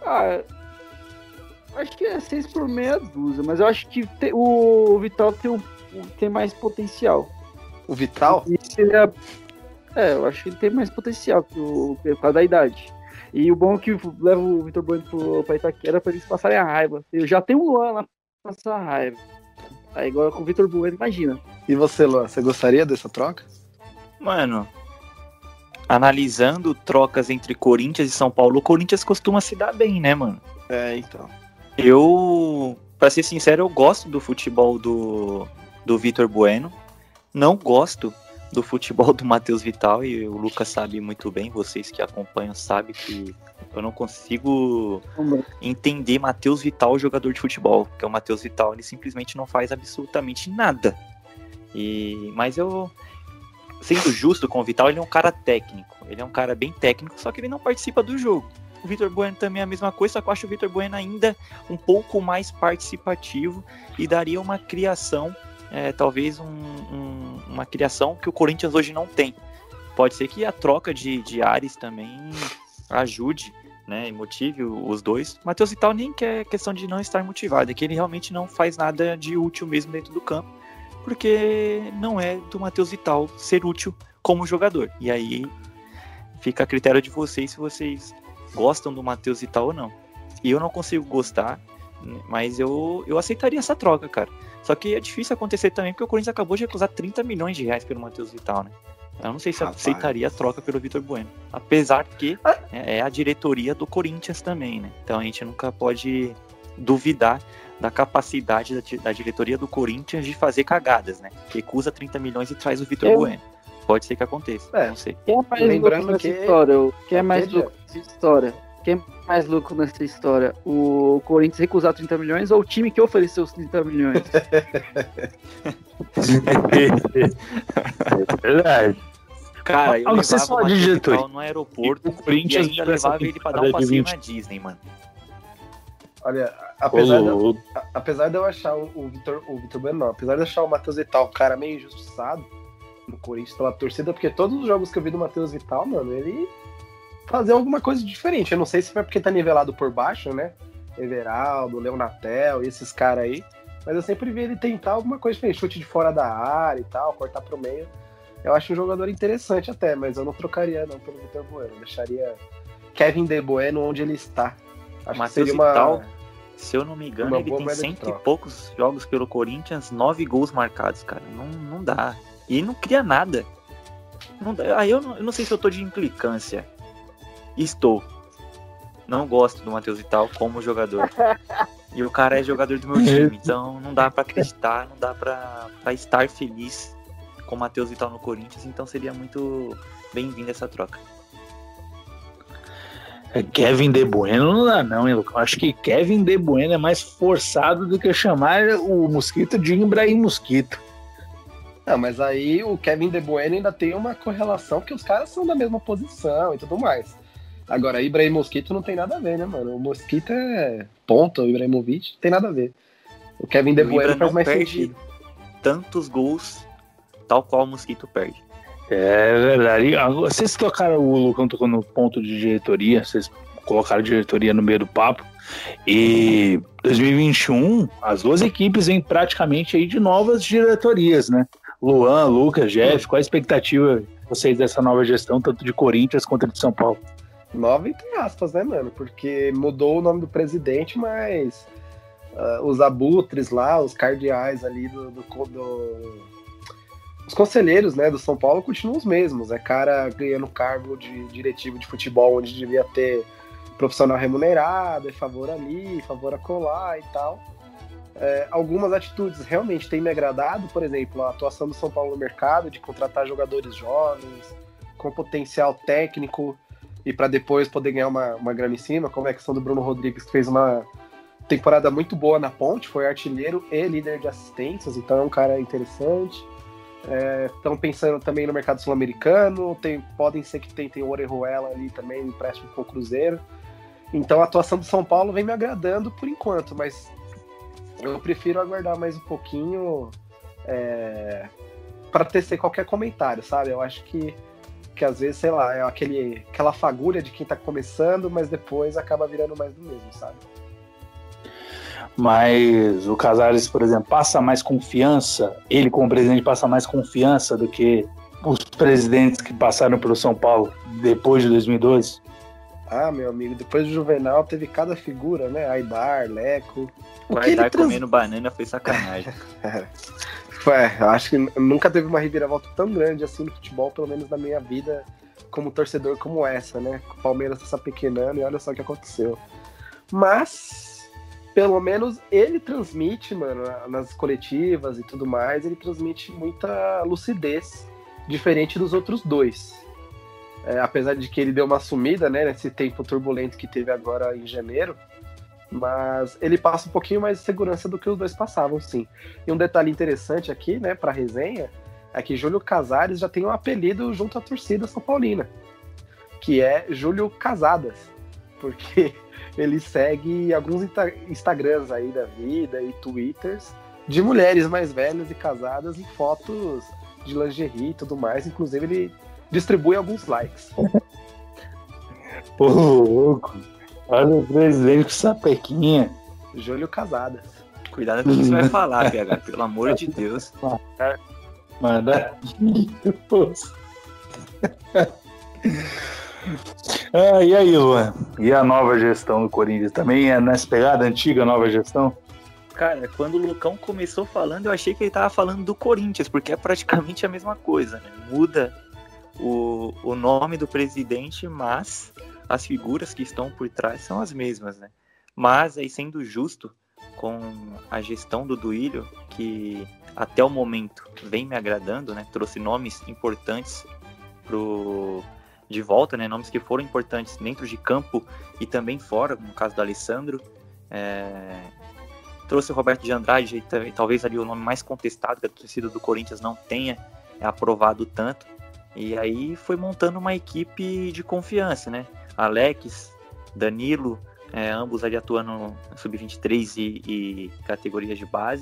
Acho que é 6 por meia dúzia, mas eu acho que o Vital tem mais potencial. O Vital? Eu acho que ele tem mais potencial por causa da idade. E o bom é que leva o Vitor Bueno pra Itaquera pra eles passarem a raiva. Eu já tenho o Luan lá pra passar a raiva. Aí agora com o Vitor Bueno, imagina. E você, Luan, você gostaria dessa troca? Mano, analisando trocas entre Corinthians e São Paulo, o Corinthians costuma se dar bem, né, mano? Então. Pra ser sincero, eu gosto do futebol do Vitor Bueno. Não gosto do futebol do Matheus Vital, e o Lucas sabe muito bem, vocês que acompanham sabem que eu não consigo entender Matheus Vital, jogador de futebol, porque o Matheus Vital, ele simplesmente não faz absolutamente nada. Mas eu, sendo justo com o Vital, ele é um cara técnico, ele é um cara bem técnico, só que ele não participa do jogo. O Vitor Bueno também é a mesma coisa, só que eu acho o Vitor Bueno ainda um pouco mais participativo e daria uma criação, talvez uma criação que o Corinthians hoje não tem. Pode ser que a troca de ares também ajude, né, e motive os dois. Matheus Vital nem quer questão de não estar motivado, é que ele realmente não faz nada de útil mesmo dentro do campo, porque não é do Matheus Vital ser útil como jogador. E aí fica a critério de vocês se vocês gostam do Matheus Vital ou não. E eu não consigo gostar, mas eu aceitaria essa troca, cara. Só que é difícil acontecer também, porque o Corinthians acabou de recusar 30 milhões de reais pelo Matheus Vital, né? Eu não sei se aceitaria a troca pelo Vitor Bueno. Apesar que é a diretoria do Corinthians também, né? Então a gente nunca pode duvidar da capacidade da diretoria do Corinthians de fazer cagadas, né? Recusa 30 milhões e traz o Vitor Bueno. Pode ser que aconteça, não sei. Quem é mais louco nessa história? Quem é mais louco nessa história? Quem é mais louco nessa história? O Corinthians recusar 30 milhões ou o time que ofereceu os 30 milhões? É verdade. Cara, eu Você levava só o de diretoria no aeroporto o Corinthians e ainda levava ele pra dar um passeio na Disney, mano. Olha, Ô, apesar de eu achar o Vitor Bueno, não, apesar de eu achar o Matheus Vital um cara meio injustiçado no Corinthians pela torcida, porque todos os jogos que eu vi do Matheus Vital, mano, ele fazia alguma coisa diferente. Eu não sei se foi porque tá nivelado por baixo, né? Everaldo, Leonatel, esses caras aí. Mas eu sempre vi ele tentar alguma coisa diferente, chute de fora da área e tal, cortar pro meio. Eu acho um jogador interessante até, mas eu não trocaria não pelo Vitor Bueno. Eu deixaria Kevin De Bueno onde ele está. Acho que seria Vital, se eu não me engano, ele tem 100 e poucos jogos pelo Corinthians, 9 gols marcados, cara. Não dá. E não cria nada. Não dá. Aí eu não sei se eu tô de implicância. Estou. Não gosto do Matheus Vital como jogador. E o cara é jogador do meu time, então não dá pra acreditar, não dá pra estar feliz com o Matheus Vital no Corinthians, então seria muito bem-vinda essa troca. Kevin De Bueno não dá não, hein, Lucão? Acho que Kevin De Bueno é mais forçado do que chamar o Mosquito de Ibrahim Mosquito. Não, mas aí o Kevin De Bueno ainda tem uma correlação, porque os caras são da mesma posição e tudo mais. Agora, Ibrahim Mosquito não tem nada a ver, né, mano? O Mosquito é ponta, o Ibrahimovic não tem nada a ver. O Kevin De Bueno faz mais sentido. Tantos gols, tal qual o Mosquito perde. É verdade. Vocês tocaram, o Lucão tocou no ponto de diretoria, vocês colocaram diretoria no meio do papo. E 2021, as duas equipes vêm praticamente aí de novas diretorias, né? Luan, Lucas, Jeff, qual a expectativa de vocês dessa nova gestão, tanto de Corinthians quanto de São Paulo? Nova entre aspas, né, mano? Porque mudou o nome do presidente, mas os abutres lá, os cardeais ali os conselheiros, né, do São Paulo continuam os mesmos. É cara ganhando cargo de diretivo de futebol onde devia ter profissional remunerado, é favor ali, favor acolá e tal. Algumas atitudes realmente têm me agradado, por exemplo, a atuação do São Paulo no mercado de contratar jogadores jovens, com potencial técnico, e para depois poder ganhar uma grana em cima, como é a questão do Bruno Rodrigues, que fez uma temporada muito boa na Ponte, foi artilheiro e líder de assistências, então é um cara interessante. Estão pensando também no mercado sul-americano, podem ser que tentem o Orejuela ali também, empréstimo com o Cruzeiro. Então a atuação do São Paulo vem me agradando por enquanto, mas eu prefiro aguardar mais um pouquinho para tecer qualquer comentário, sabe? Eu acho que às vezes, sei lá, é aquela fagulha de quem tá começando, mas depois acaba virando mais do mesmo, sabe? Mas o Casares, por exemplo, passa mais confiança, ele como presidente passa mais confiança do que os presidentes que passaram pelo São Paulo depois de 2012? Ah, meu amigo, depois do Juvenal teve cada figura, né? Aidar, Leco. O Aidar comendo banana foi sacanagem. Eu acho que nunca teve uma reviravolta tão grande assim no futebol, pelo menos na minha vida, como torcedor como essa, né? O Palmeiras está pequenando e olha só o que aconteceu. Mas, pelo menos, ele transmite, mano, nas coletivas e tudo mais, ele transmite muita lucidez, diferente dos outros dois. Apesar de que ele deu uma sumida, né, nesse tempo turbulento que teve agora em janeiro, mas ele passa um pouquinho mais de segurança do que os dois passavam, sim. E um detalhe interessante aqui, né, pra resenha, é que Júlio Casares já tem um apelido junto à torcida São Paulina, que é Júlio Casadas, porque ele segue alguns Instagrams aí da vida e Twitters de mulheres mais velhas e casadas em fotos de lingerie e tudo mais, inclusive ele distribui alguns likes. Ô, louco! Olha o presidente com sapequinha. Júlio Casadas. Cuidado com o que você vai falar, PH, pelo amor de Deus. Manda. E aí, Luan? E a nova gestão do Corinthians? Também é nessa pegada antiga, nova gestão? Cara, quando o Lucão começou falando, eu achei que ele tava falando do Corinthians, porque é praticamente a mesma coisa, né? Muda o nome do presidente, mas as figuras que estão por trás são as mesmas, né? Mas, aí sendo justo, com a gestão do Duílio, que até o momento vem me agradando, né? Trouxe nomes importantes de volta, né? Nomes que foram importantes dentro de campo e também fora, no caso do Alessandro. Trouxe o Roberto de Andrade, talvez ali o nome mais contestado, que a torcida do Corinthians não tenha aprovado tanto. E aí foi montando uma equipe de confiança, né? Alex, Danilo, ambos ali atuando no Sub-23 e categorias de base.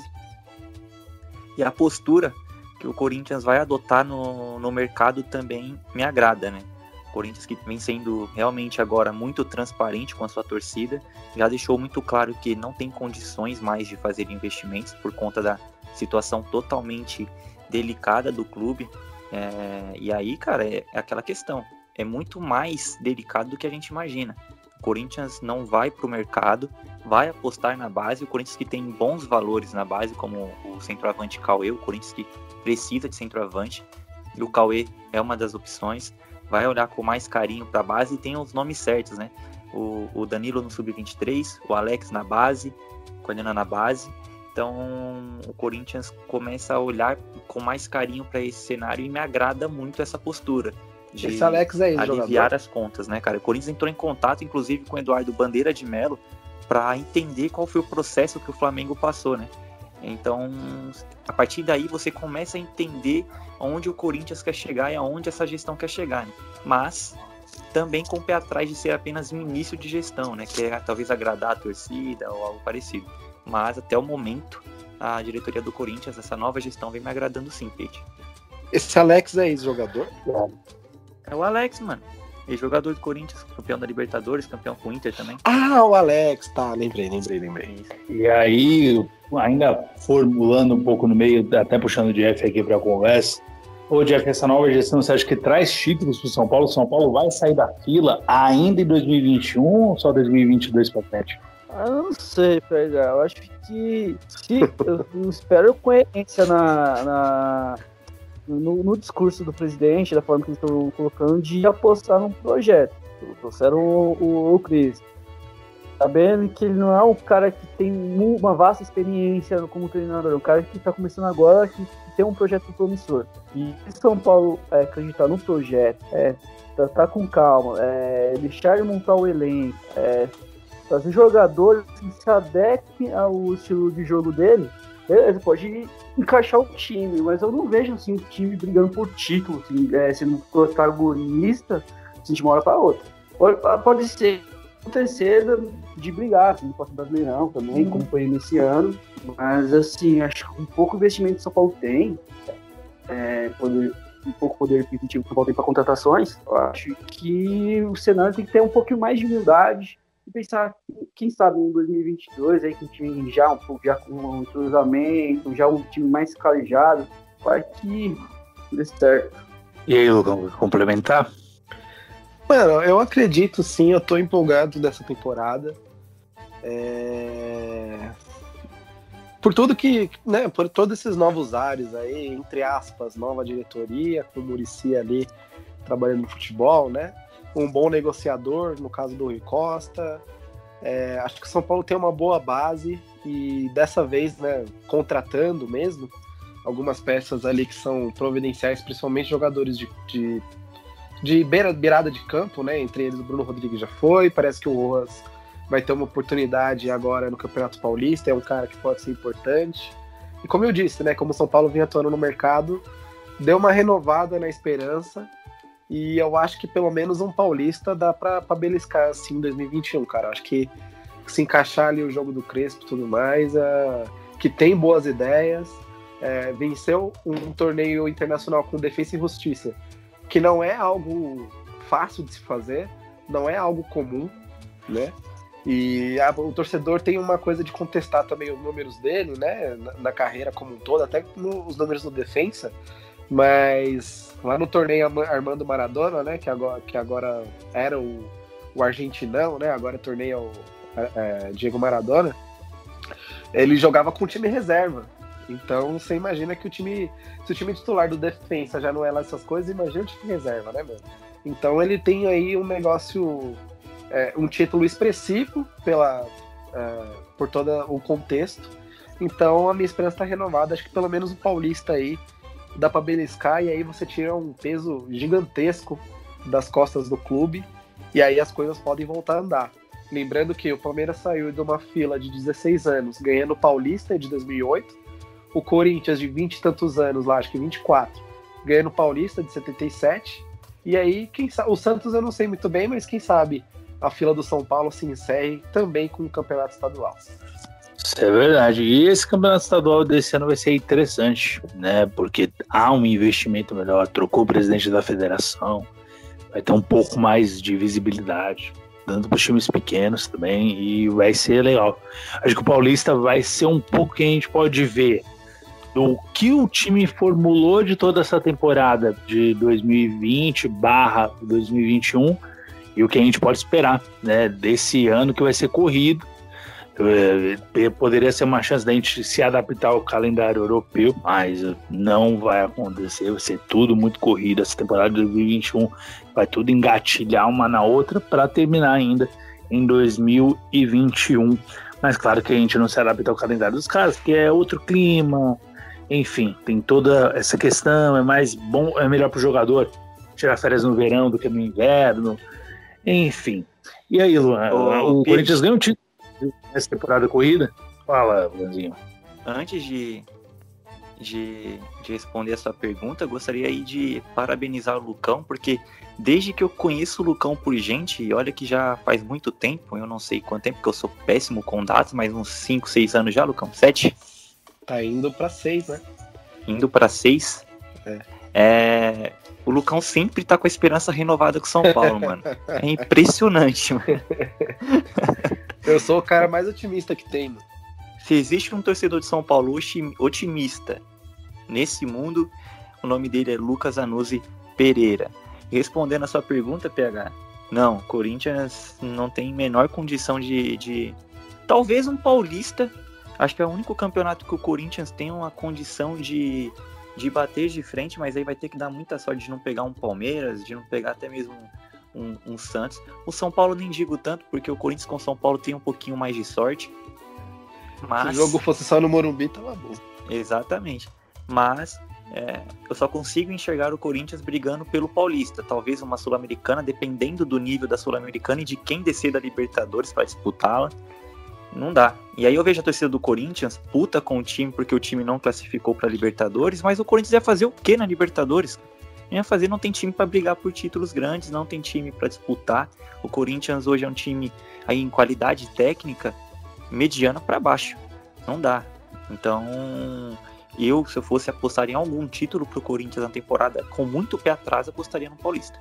E a postura que o Corinthians vai adotar no mercado também me agrada, né? O Corinthians, que vem sendo realmente agora muito transparente com a sua torcida, já deixou muito claro que não tem condições mais de fazer investimentos por conta da situação totalmente delicada do clube. E aí, cara, é aquela questão. É muito mais delicado do que a gente imagina. O Corinthians não vai para o mercado, vai apostar na base. O Corinthians que tem bons valores na base, como o centroavante Cauê, o Corinthians que precisa de centroavante, e o Cauê é uma das opções. Vai olhar com mais carinho para a base e tem os nomes certos, né? O Danilo no Sub-23, o Alex na base, coordenando na base. Então o Corinthians começa a olhar com mais carinho para esse cenário e me agrada muito essa postura de esse Alex é aliviar as contas, né, cara? O Corinthians entrou em contato, inclusive, com o Eduardo Bandeira de Melo para entender qual foi o processo que o Flamengo passou, né? Então, a partir daí você começa a entender onde o Corinthians quer chegar e aonde essa gestão quer chegar, né? Mas também com o pé atrás de ser apenas um início de gestão, né? Que é talvez agradar a torcida ou algo parecido. Mas até o momento, a diretoria do Corinthians, essa nova gestão vem me agradando sim, Pete. Esse Alex é ex-jogador? É o Alex, mano. Ex-jogador do Corinthians, campeão da Libertadores, campeão com o Inter também. Ah, o Alex, tá, lembrei. E aí, ainda formulando um pouco no meio, até puxando o Jeff aqui para a conversa. Ô Jeff, essa nova gestão, você acha que traz títulos para o São Paulo? O São Paulo vai sair da fila ainda em 2021 ou só 2022 para frente? Eu não sei, PH. Eu acho que eu espero coerência no discurso do presidente, da forma que eles estão colocando, de apostar num projeto. Trouxeram o Cris, sabendo que ele não é um cara que tem uma vasta experiência como treinador, é um cara que está começando agora, que tem um projeto promissor. E se São Paulo acreditar no projeto, tratar com calma, deixar ele montar o elenco, fazer jogadores que se adequem ao estilo de jogo dele, beleza, pode encaixar o time, mas eu não vejo assim, o time brigando por título, assim, sendo protagonista assim, de uma hora para outra. Pode ser terceira de brigar, assim, no próximo Brasileirão também, como foi nesse ano, mas assim, acho que um pouco investimento que o São Paulo tem, um pouco poder aquisitivo que o São Paulo tem para contratações, eu acho que o cenário tem que ter um pouquinho mais de humildade e pensar, quem sabe em 2022, aí, com o time já com um entrosamento, já um time mais calejado, vai que dê certo. E aí, Lucão, complementar? Mano, eu acredito sim, eu tô empolgado dessa temporada. Por tudo que, né, por todos esses novos ares aí, entre aspas, nova diretoria, com o Muricy ali trabalhando no futebol, né? Um bom negociador, no caso do Rui Costa. Acho que o São Paulo tem uma boa base e dessa vez, né, contratando mesmo algumas peças ali que são providenciais, principalmente jogadores de beirada de campo, né? Entre eles o Bruno Rodrigues já foi, parece que o Rojas vai ter uma oportunidade agora no Campeonato Paulista, é um cara que pode ser importante. E como eu disse, né, como o São Paulo vinha atuando no mercado, deu uma renovada na esperança. E eu acho que pelo menos um paulista dá pra beliscar assim em 2021, cara. Eu acho que se encaixar ali o jogo do Crespo e tudo mais, que tem boas ideias, venceu um torneio internacional com Defensa e Justiça, que não é algo fácil de se fazer, não é algo comum, né? E o torcedor tem uma coisa de contestar também os números dele, né? Na carreira como um todo, até os números do Defensa. Mas lá no torneio Armando Maradona, né, que agora era o argentinão, né, agora o torneio Diego Maradona, ele jogava com o time reserva. Então você imagina que se o time titular do Defensa já não é lá essas coisas, imagina o time reserva, né, mano? Então ele tem aí um negócio, um título expressivo por todo o contexto. Então a minha esperança está renovada. Acho que pelo menos o Paulista aí dá para beliscar, e aí você tira um peso gigantesco das costas do clube, e aí as coisas podem voltar a andar. Lembrando que o Palmeiras saiu de uma fila de 16 anos ganhando o Paulista de 2008, o Corinthians de 20 e tantos anos lá, acho que 24, ganhando o Paulista de 77, e aí quem sabe, o Santos eu não sei muito bem, mas quem sabe a fila do São Paulo se encerre também com o campeonato estadual. Isso é verdade. E esse campeonato estadual desse ano vai ser interessante, né? Porque há um investimento melhor, trocou o presidente da federação, vai ter um pouco mais de visibilidade, dando para os times pequenos também, e vai ser legal. Acho que o Paulista vai ser um pouco que a gente pode ver do que o time formulou de toda essa temporada de 2020/2021 e o que a gente pode esperar, né, desse ano que vai ser corrido. Poderia ser uma chance da gente se adaptar ao calendário europeu, mas não vai acontecer, vai ser tudo muito corrido. Essa temporada de 2021 vai tudo engatilhar uma na outra para terminar ainda em 2021. Mas claro que a gente não se adapta ao calendário dos caras, que é outro clima, enfim, tem toda essa questão. É mais bom, é melhor para o jogador tirar férias no verão do que no inverno, enfim. E aí, Luan, o Corinthians ganhou um título nessa temporada corrida? Fala, Luanzinho. Antes de responder essa pergunta, gostaria aí de parabenizar o Lucão, porque desde que eu conheço o Lucão por gente, e olha que já faz muito tempo, eu não sei quanto tempo, porque eu sou péssimo com dados, mas uns 5, 6 anos já, Lucão? 7? Tá indo pra 6, né? Indo pra 6? O Lucão sempre tá com a esperança renovada com o São Paulo, mano. É impressionante, mano. Eu sou o cara mais otimista que tem, mano. Se existe um torcedor de São Paulo otimista nesse mundo, o nome dele é Lucas Anuzzi Pereira. Respondendo a sua pergunta, PH, não, Corinthians não tem menor condição de... Talvez um paulista, acho que é o único campeonato que o Corinthians tem uma condição de bater de frente, mas aí vai ter que dar muita sorte de não pegar um Palmeiras, de não pegar até mesmo um Santos. O São Paulo nem digo tanto, porque o Corinthians com o São Paulo tem um pouquinho mais de sorte. Mas... Se o jogo fosse só no Morumbi, tava bom. Exatamente. Mas eu só consigo enxergar o Corinthians brigando pelo Paulista. Talvez uma Sul-Americana, dependendo do nível da Sul-Americana e de quem descer da Libertadores para disputá-la. Não dá. E aí eu vejo a torcida do Corinthians puta com o time porque o time não classificou para Libertadores, mas o Corinthians ia fazer o quê na Libertadores? Não ia fazer, não tem time para brigar por títulos grandes, não tem time para disputar. O Corinthians hoje é um time aí em qualidade técnica mediana para baixo. Não dá. Então, se eu fosse apostar em algum título pro Corinthians na temporada, com muito pé atrás, apostaria no Paulista.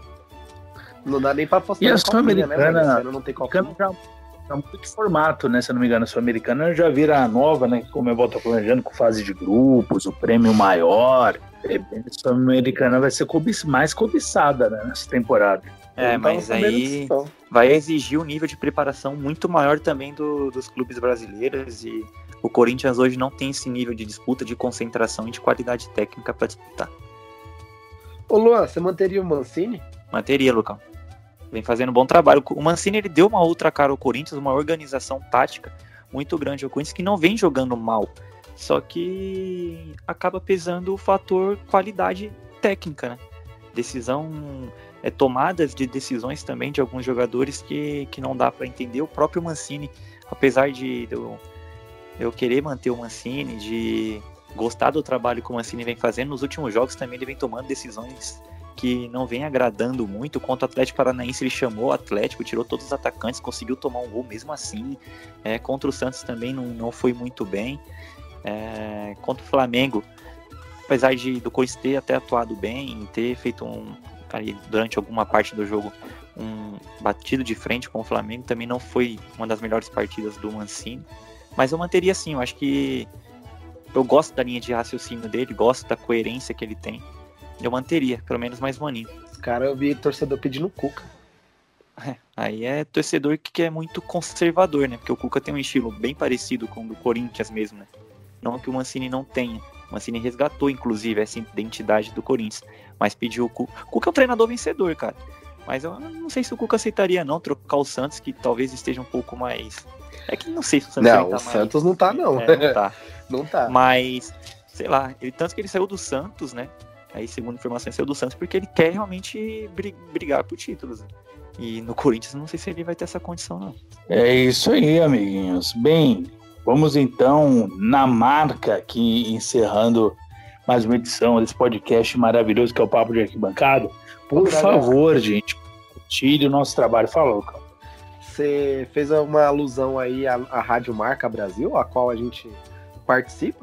Não dá nem pra apostar na Sul-Americana, né? Não tem Copinha. Tá muito de formato, né? Se eu não me engano, a Sul-Americana já vira a nova, né? Que como eu volto planejando com fase de grupos, o prêmio maior. A Sul-Americana vai ser mais cobiçada, né, nessa temporada. Mas aí vai exigir um nível de preparação muito maior também dos clubes brasileiros, e o Corinthians hoje não tem esse nível de disputa, de concentração e de qualidade técnica para disputar. Ô Luan, você manteria o Mancini? Manteria, Lucão. Vem fazendo um bom trabalho. O Mancini, ele deu uma outra cara ao Corinthians, uma organização tática muito grande ao Corinthians, que não vem jogando mal. Só que acaba pesando o fator qualidade técnica, né? Tomadas de decisões também de alguns jogadores que não dá para entender. O próprio Mancini, apesar de eu querer manter o Mancini, de gostar do trabalho que o Mancini vem fazendo, nos últimos jogos também ele vem tomando decisões que não vem agradando muito. Contra o Atlético Paranaense ele chamou o Atlético, tirou todos os atacantes, conseguiu tomar um gol mesmo assim. Contra o Santos também não foi muito bem. Contra o Flamengo, apesar do Corinthians ter até atuado bem, ter feito ali, durante alguma parte do jogo, um batido de frente com o Flamengo, também não foi uma das melhores partidas do Mancini. Mas eu manteria assim, eu acho que eu gosto da linha de raciocínio dele, gosto da coerência que ele tem. Eu manteria, pelo menos mais um aninho. Cara, eu vi torcedor pedindo o Cuca. Aí é torcedor que é muito conservador, né? Porque o Cuca tem um estilo bem parecido com o do Corinthians mesmo, né? Não que o Mancini não tenha. O Mancini resgatou, inclusive, essa identidade do Corinthians. Mas pediu o Cuca. O Cuca é um treinador vencedor, cara. Mas eu não sei se o Cuca aceitaria não trocar o Santos, que talvez esteja um pouco mais É que não sei se o Santos Não, tá o Santos não tá, não. Não tá. Não tá. Mas, sei lá, tanto que ele saiu do Santos, né? Aí, segundo informações, saiu do Santos porque ele quer realmente brigar por títulos. E no Corinthians, não sei se ele vai ter essa condição, não. É isso aí, amiguinhos. Bem, vamos então na marca aqui, encerrando mais uma edição desse podcast maravilhoso que é o Papo de Arquibancada. Por favor, gente, compartilhe o nosso trabalho. Falou, cara. Você fez uma alusão aí à Rádio Marca Brasil, a qual a gente participa?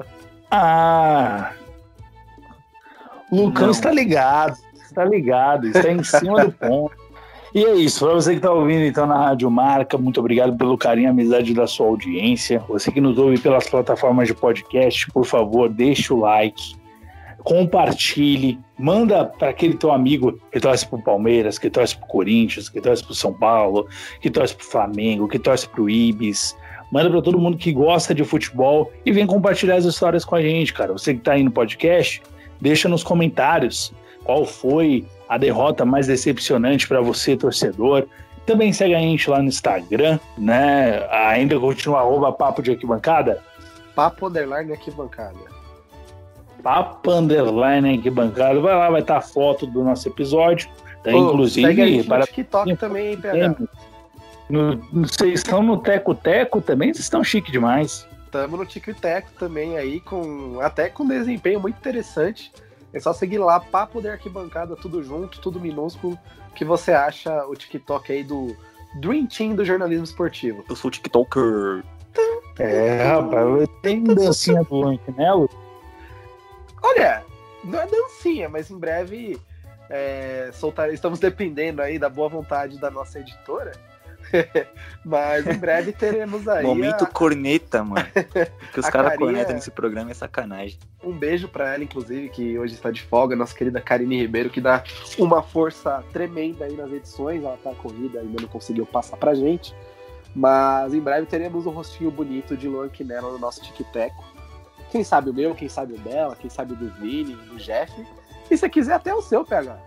O Lucão está ligado, está em cima do ponto. E é isso, para você que está ouvindo então na Rádio Marca, muito obrigado pelo carinho e amizade da sua audiência. Você que nos ouve pelas plataformas de podcast, por favor, deixe o like, compartilhe, manda para aquele teu amigo que torce pro Palmeiras, que torce pro Corinthians, que torce pro São Paulo, que torce pro Flamengo, que torce pro Ibis. Manda para todo mundo que gosta de futebol e vem compartilhar as histórias com a gente, cara. Você que tá aí no podcast, deixa nos comentários qual foi a derrota mais decepcionante para você, torcedor. Também segue a gente lá no Instagram, né? Ainda continua @papo de arquibancada. Papo _ arquibancada. Papo _ arquibancada. Vai lá, vai estar a foto do nosso episódio. Inclusive, segue a gente no TikTok também, hein, PH? Vocês estão no Teco Teco também? Vocês estão chique demais. Estamos no Tico e Teco também aí, até com desempenho muito interessante. É só seguir lá, Papo de Arquibancada, tudo junto, tudo minúsculo, que você acha o TikTok aí do Dream Team do jornalismo esportivo. Eu sou o TikToker. Rapaz, tem dancinha do Lanquinelo? Olha, não é dancinha, mas em breve estamos dependendo aí da boa vontade da nossa editora. Mas em breve teremos aí Momento corneta, mano. Que os caras cornetam nesse programa é sacanagem. Um beijo pra ela, inclusive, que hoje está de folga, nossa querida Karine Ribeiro, que dá uma força tremenda aí nas edições. Ela tá corrida, ainda não conseguiu passar pra gente. Mas em breve teremos um rostinho bonito de Luan Quinella no nosso tic-teco. Quem sabe o meu, quem sabe o dela, quem sabe o do Vini, do Jeff. E se quiser até o seu, PH.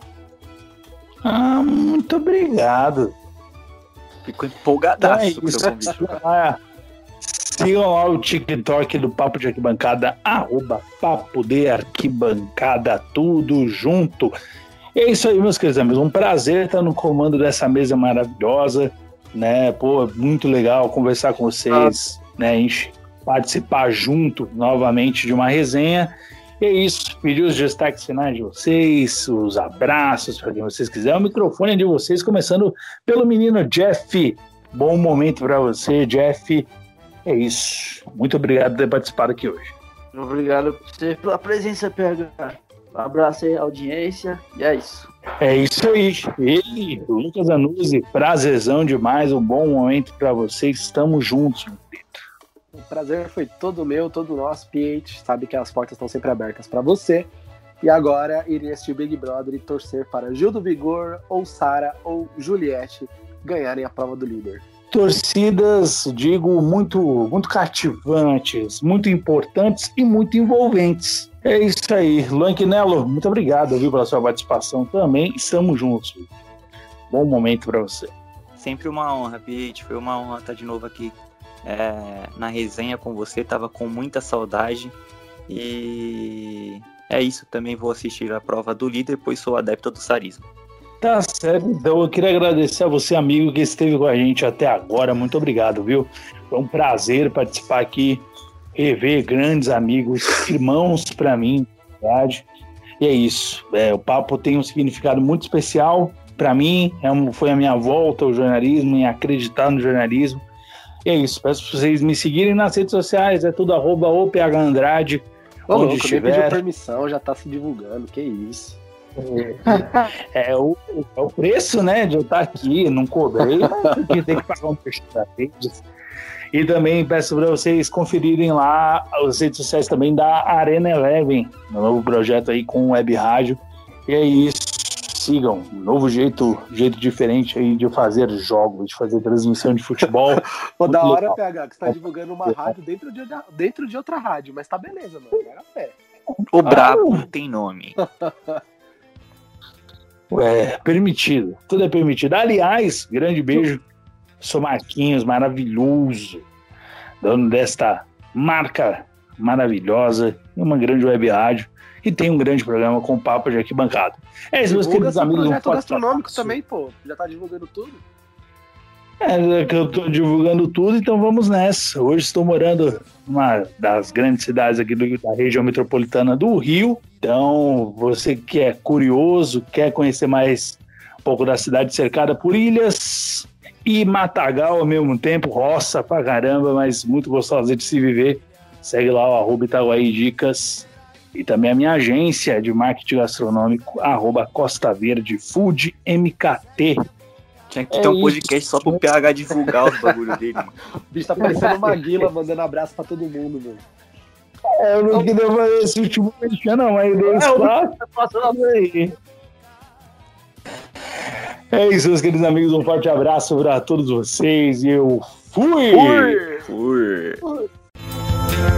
Muito obrigado. Ficou empolgadaço com o seu convite. Sigam lá o TikTok do Papo de Arquibancada, @Papo de Arquibancada, tudo junto. E é isso aí, meus queridos amigos. Um prazer estar no comando dessa mesa maravilhosa, né? Pô, muito legal conversar com vocês, né? A gente participar junto novamente de uma resenha. E é isso, pedir os destaques finais de vocês, os abraços para quem vocês quiserem. O microfone é de vocês, começando pelo menino Jeff. Bom momento para você, Jeff. É isso. Muito obrigado por ter participado aqui hoje. Obrigado por você pela presença, PH. Um abraço aí, audiência. E é isso. É isso aí. Ele, Lucas Anuzzi, prazerzão demais. Um bom momento para vocês. Estamos juntos. O prazer foi todo meu, todo nosso, PH. Sabe que as portas estão sempre abertas para você. E agora irei assistir o Big Brother e torcer para Gil do Vigor, ou Sara, ou Juliette ganharem a prova do líder. Torcidas, digo, muito cativantes, muito importantes e muito envolventes. É isso aí. Luan Quinella, muito obrigado, viu, pela sua participação também. Estamos juntos. Bom momento para você. Sempre uma honra, Pete. Foi uma honra estar de novo aqui na resenha com você. Tava com muita saudade. E é isso. Também vou assistir a prova do líder, pois sou adepto do sarismo. Tá certo, então eu queria agradecer a você, amigo, que esteve com a gente até agora. Muito obrigado, viu? Foi um prazer participar aqui, rever grandes amigos, irmãos para mim, na verdade. E é isso. O papo tem um significado muito especial para mim. Foi a minha volta ao jornalismo, em acreditar no jornalismo. E é isso. Peço para vocês me seguirem nas redes sociais. É tudo @OPHAndrade. Onde estiver. Nem pediu permissão, já tá se divulgando. Que isso. É o preço, né, de eu estar aqui, não cobrei, mas tem que pagar um preço da redes. E também peço para vocês conferirem lá as redes sociais também da Arena Eleven, um novo projeto aí com web rádio. E é isso, sigam, um novo jeito diferente aí de fazer jogos, de fazer transmissão de futebol. Pô, da hora, PH, que você tá divulgando uma rádio dentro de outra rádio, mas tá beleza, mano, era pé. O brabo tem nome. Permitido, tudo é permitido. Aliás, grande beijo Sou Marquinhos, maravilhoso, dono desta marca maravilhosa, uma grande web rádio e tem um grande programa com papo de arquibancada. É isso, meus queridos amigos. Um projeto gastronômico também, pô. Já tá divulgando tudo? É que eu tô divulgando tudo, então vamos nessa. Hoje estou morando numa das grandes cidades aqui da região metropolitana do Rio. Então, você que é curioso, quer conhecer mais um pouco da cidade cercada por ilhas e matagal ao mesmo tempo, roça pra caramba, mas muito gostosa de se viver. Segue lá o @Itaguaí Dicas e também a minha agência de marketing gastronômico, @Costa Verde Food MKT. Tinha que ter um podcast só pro PH divulgar os bagulhos dele, mano. O bicho tá parecendo uma Maguila mandando abraço pra todo mundo, mano. Eu não queria fazer esse último mexer, não, mas Deus aí. É isso, meus queridos amigos, um forte abraço pra todos vocês e eu fui! Fui!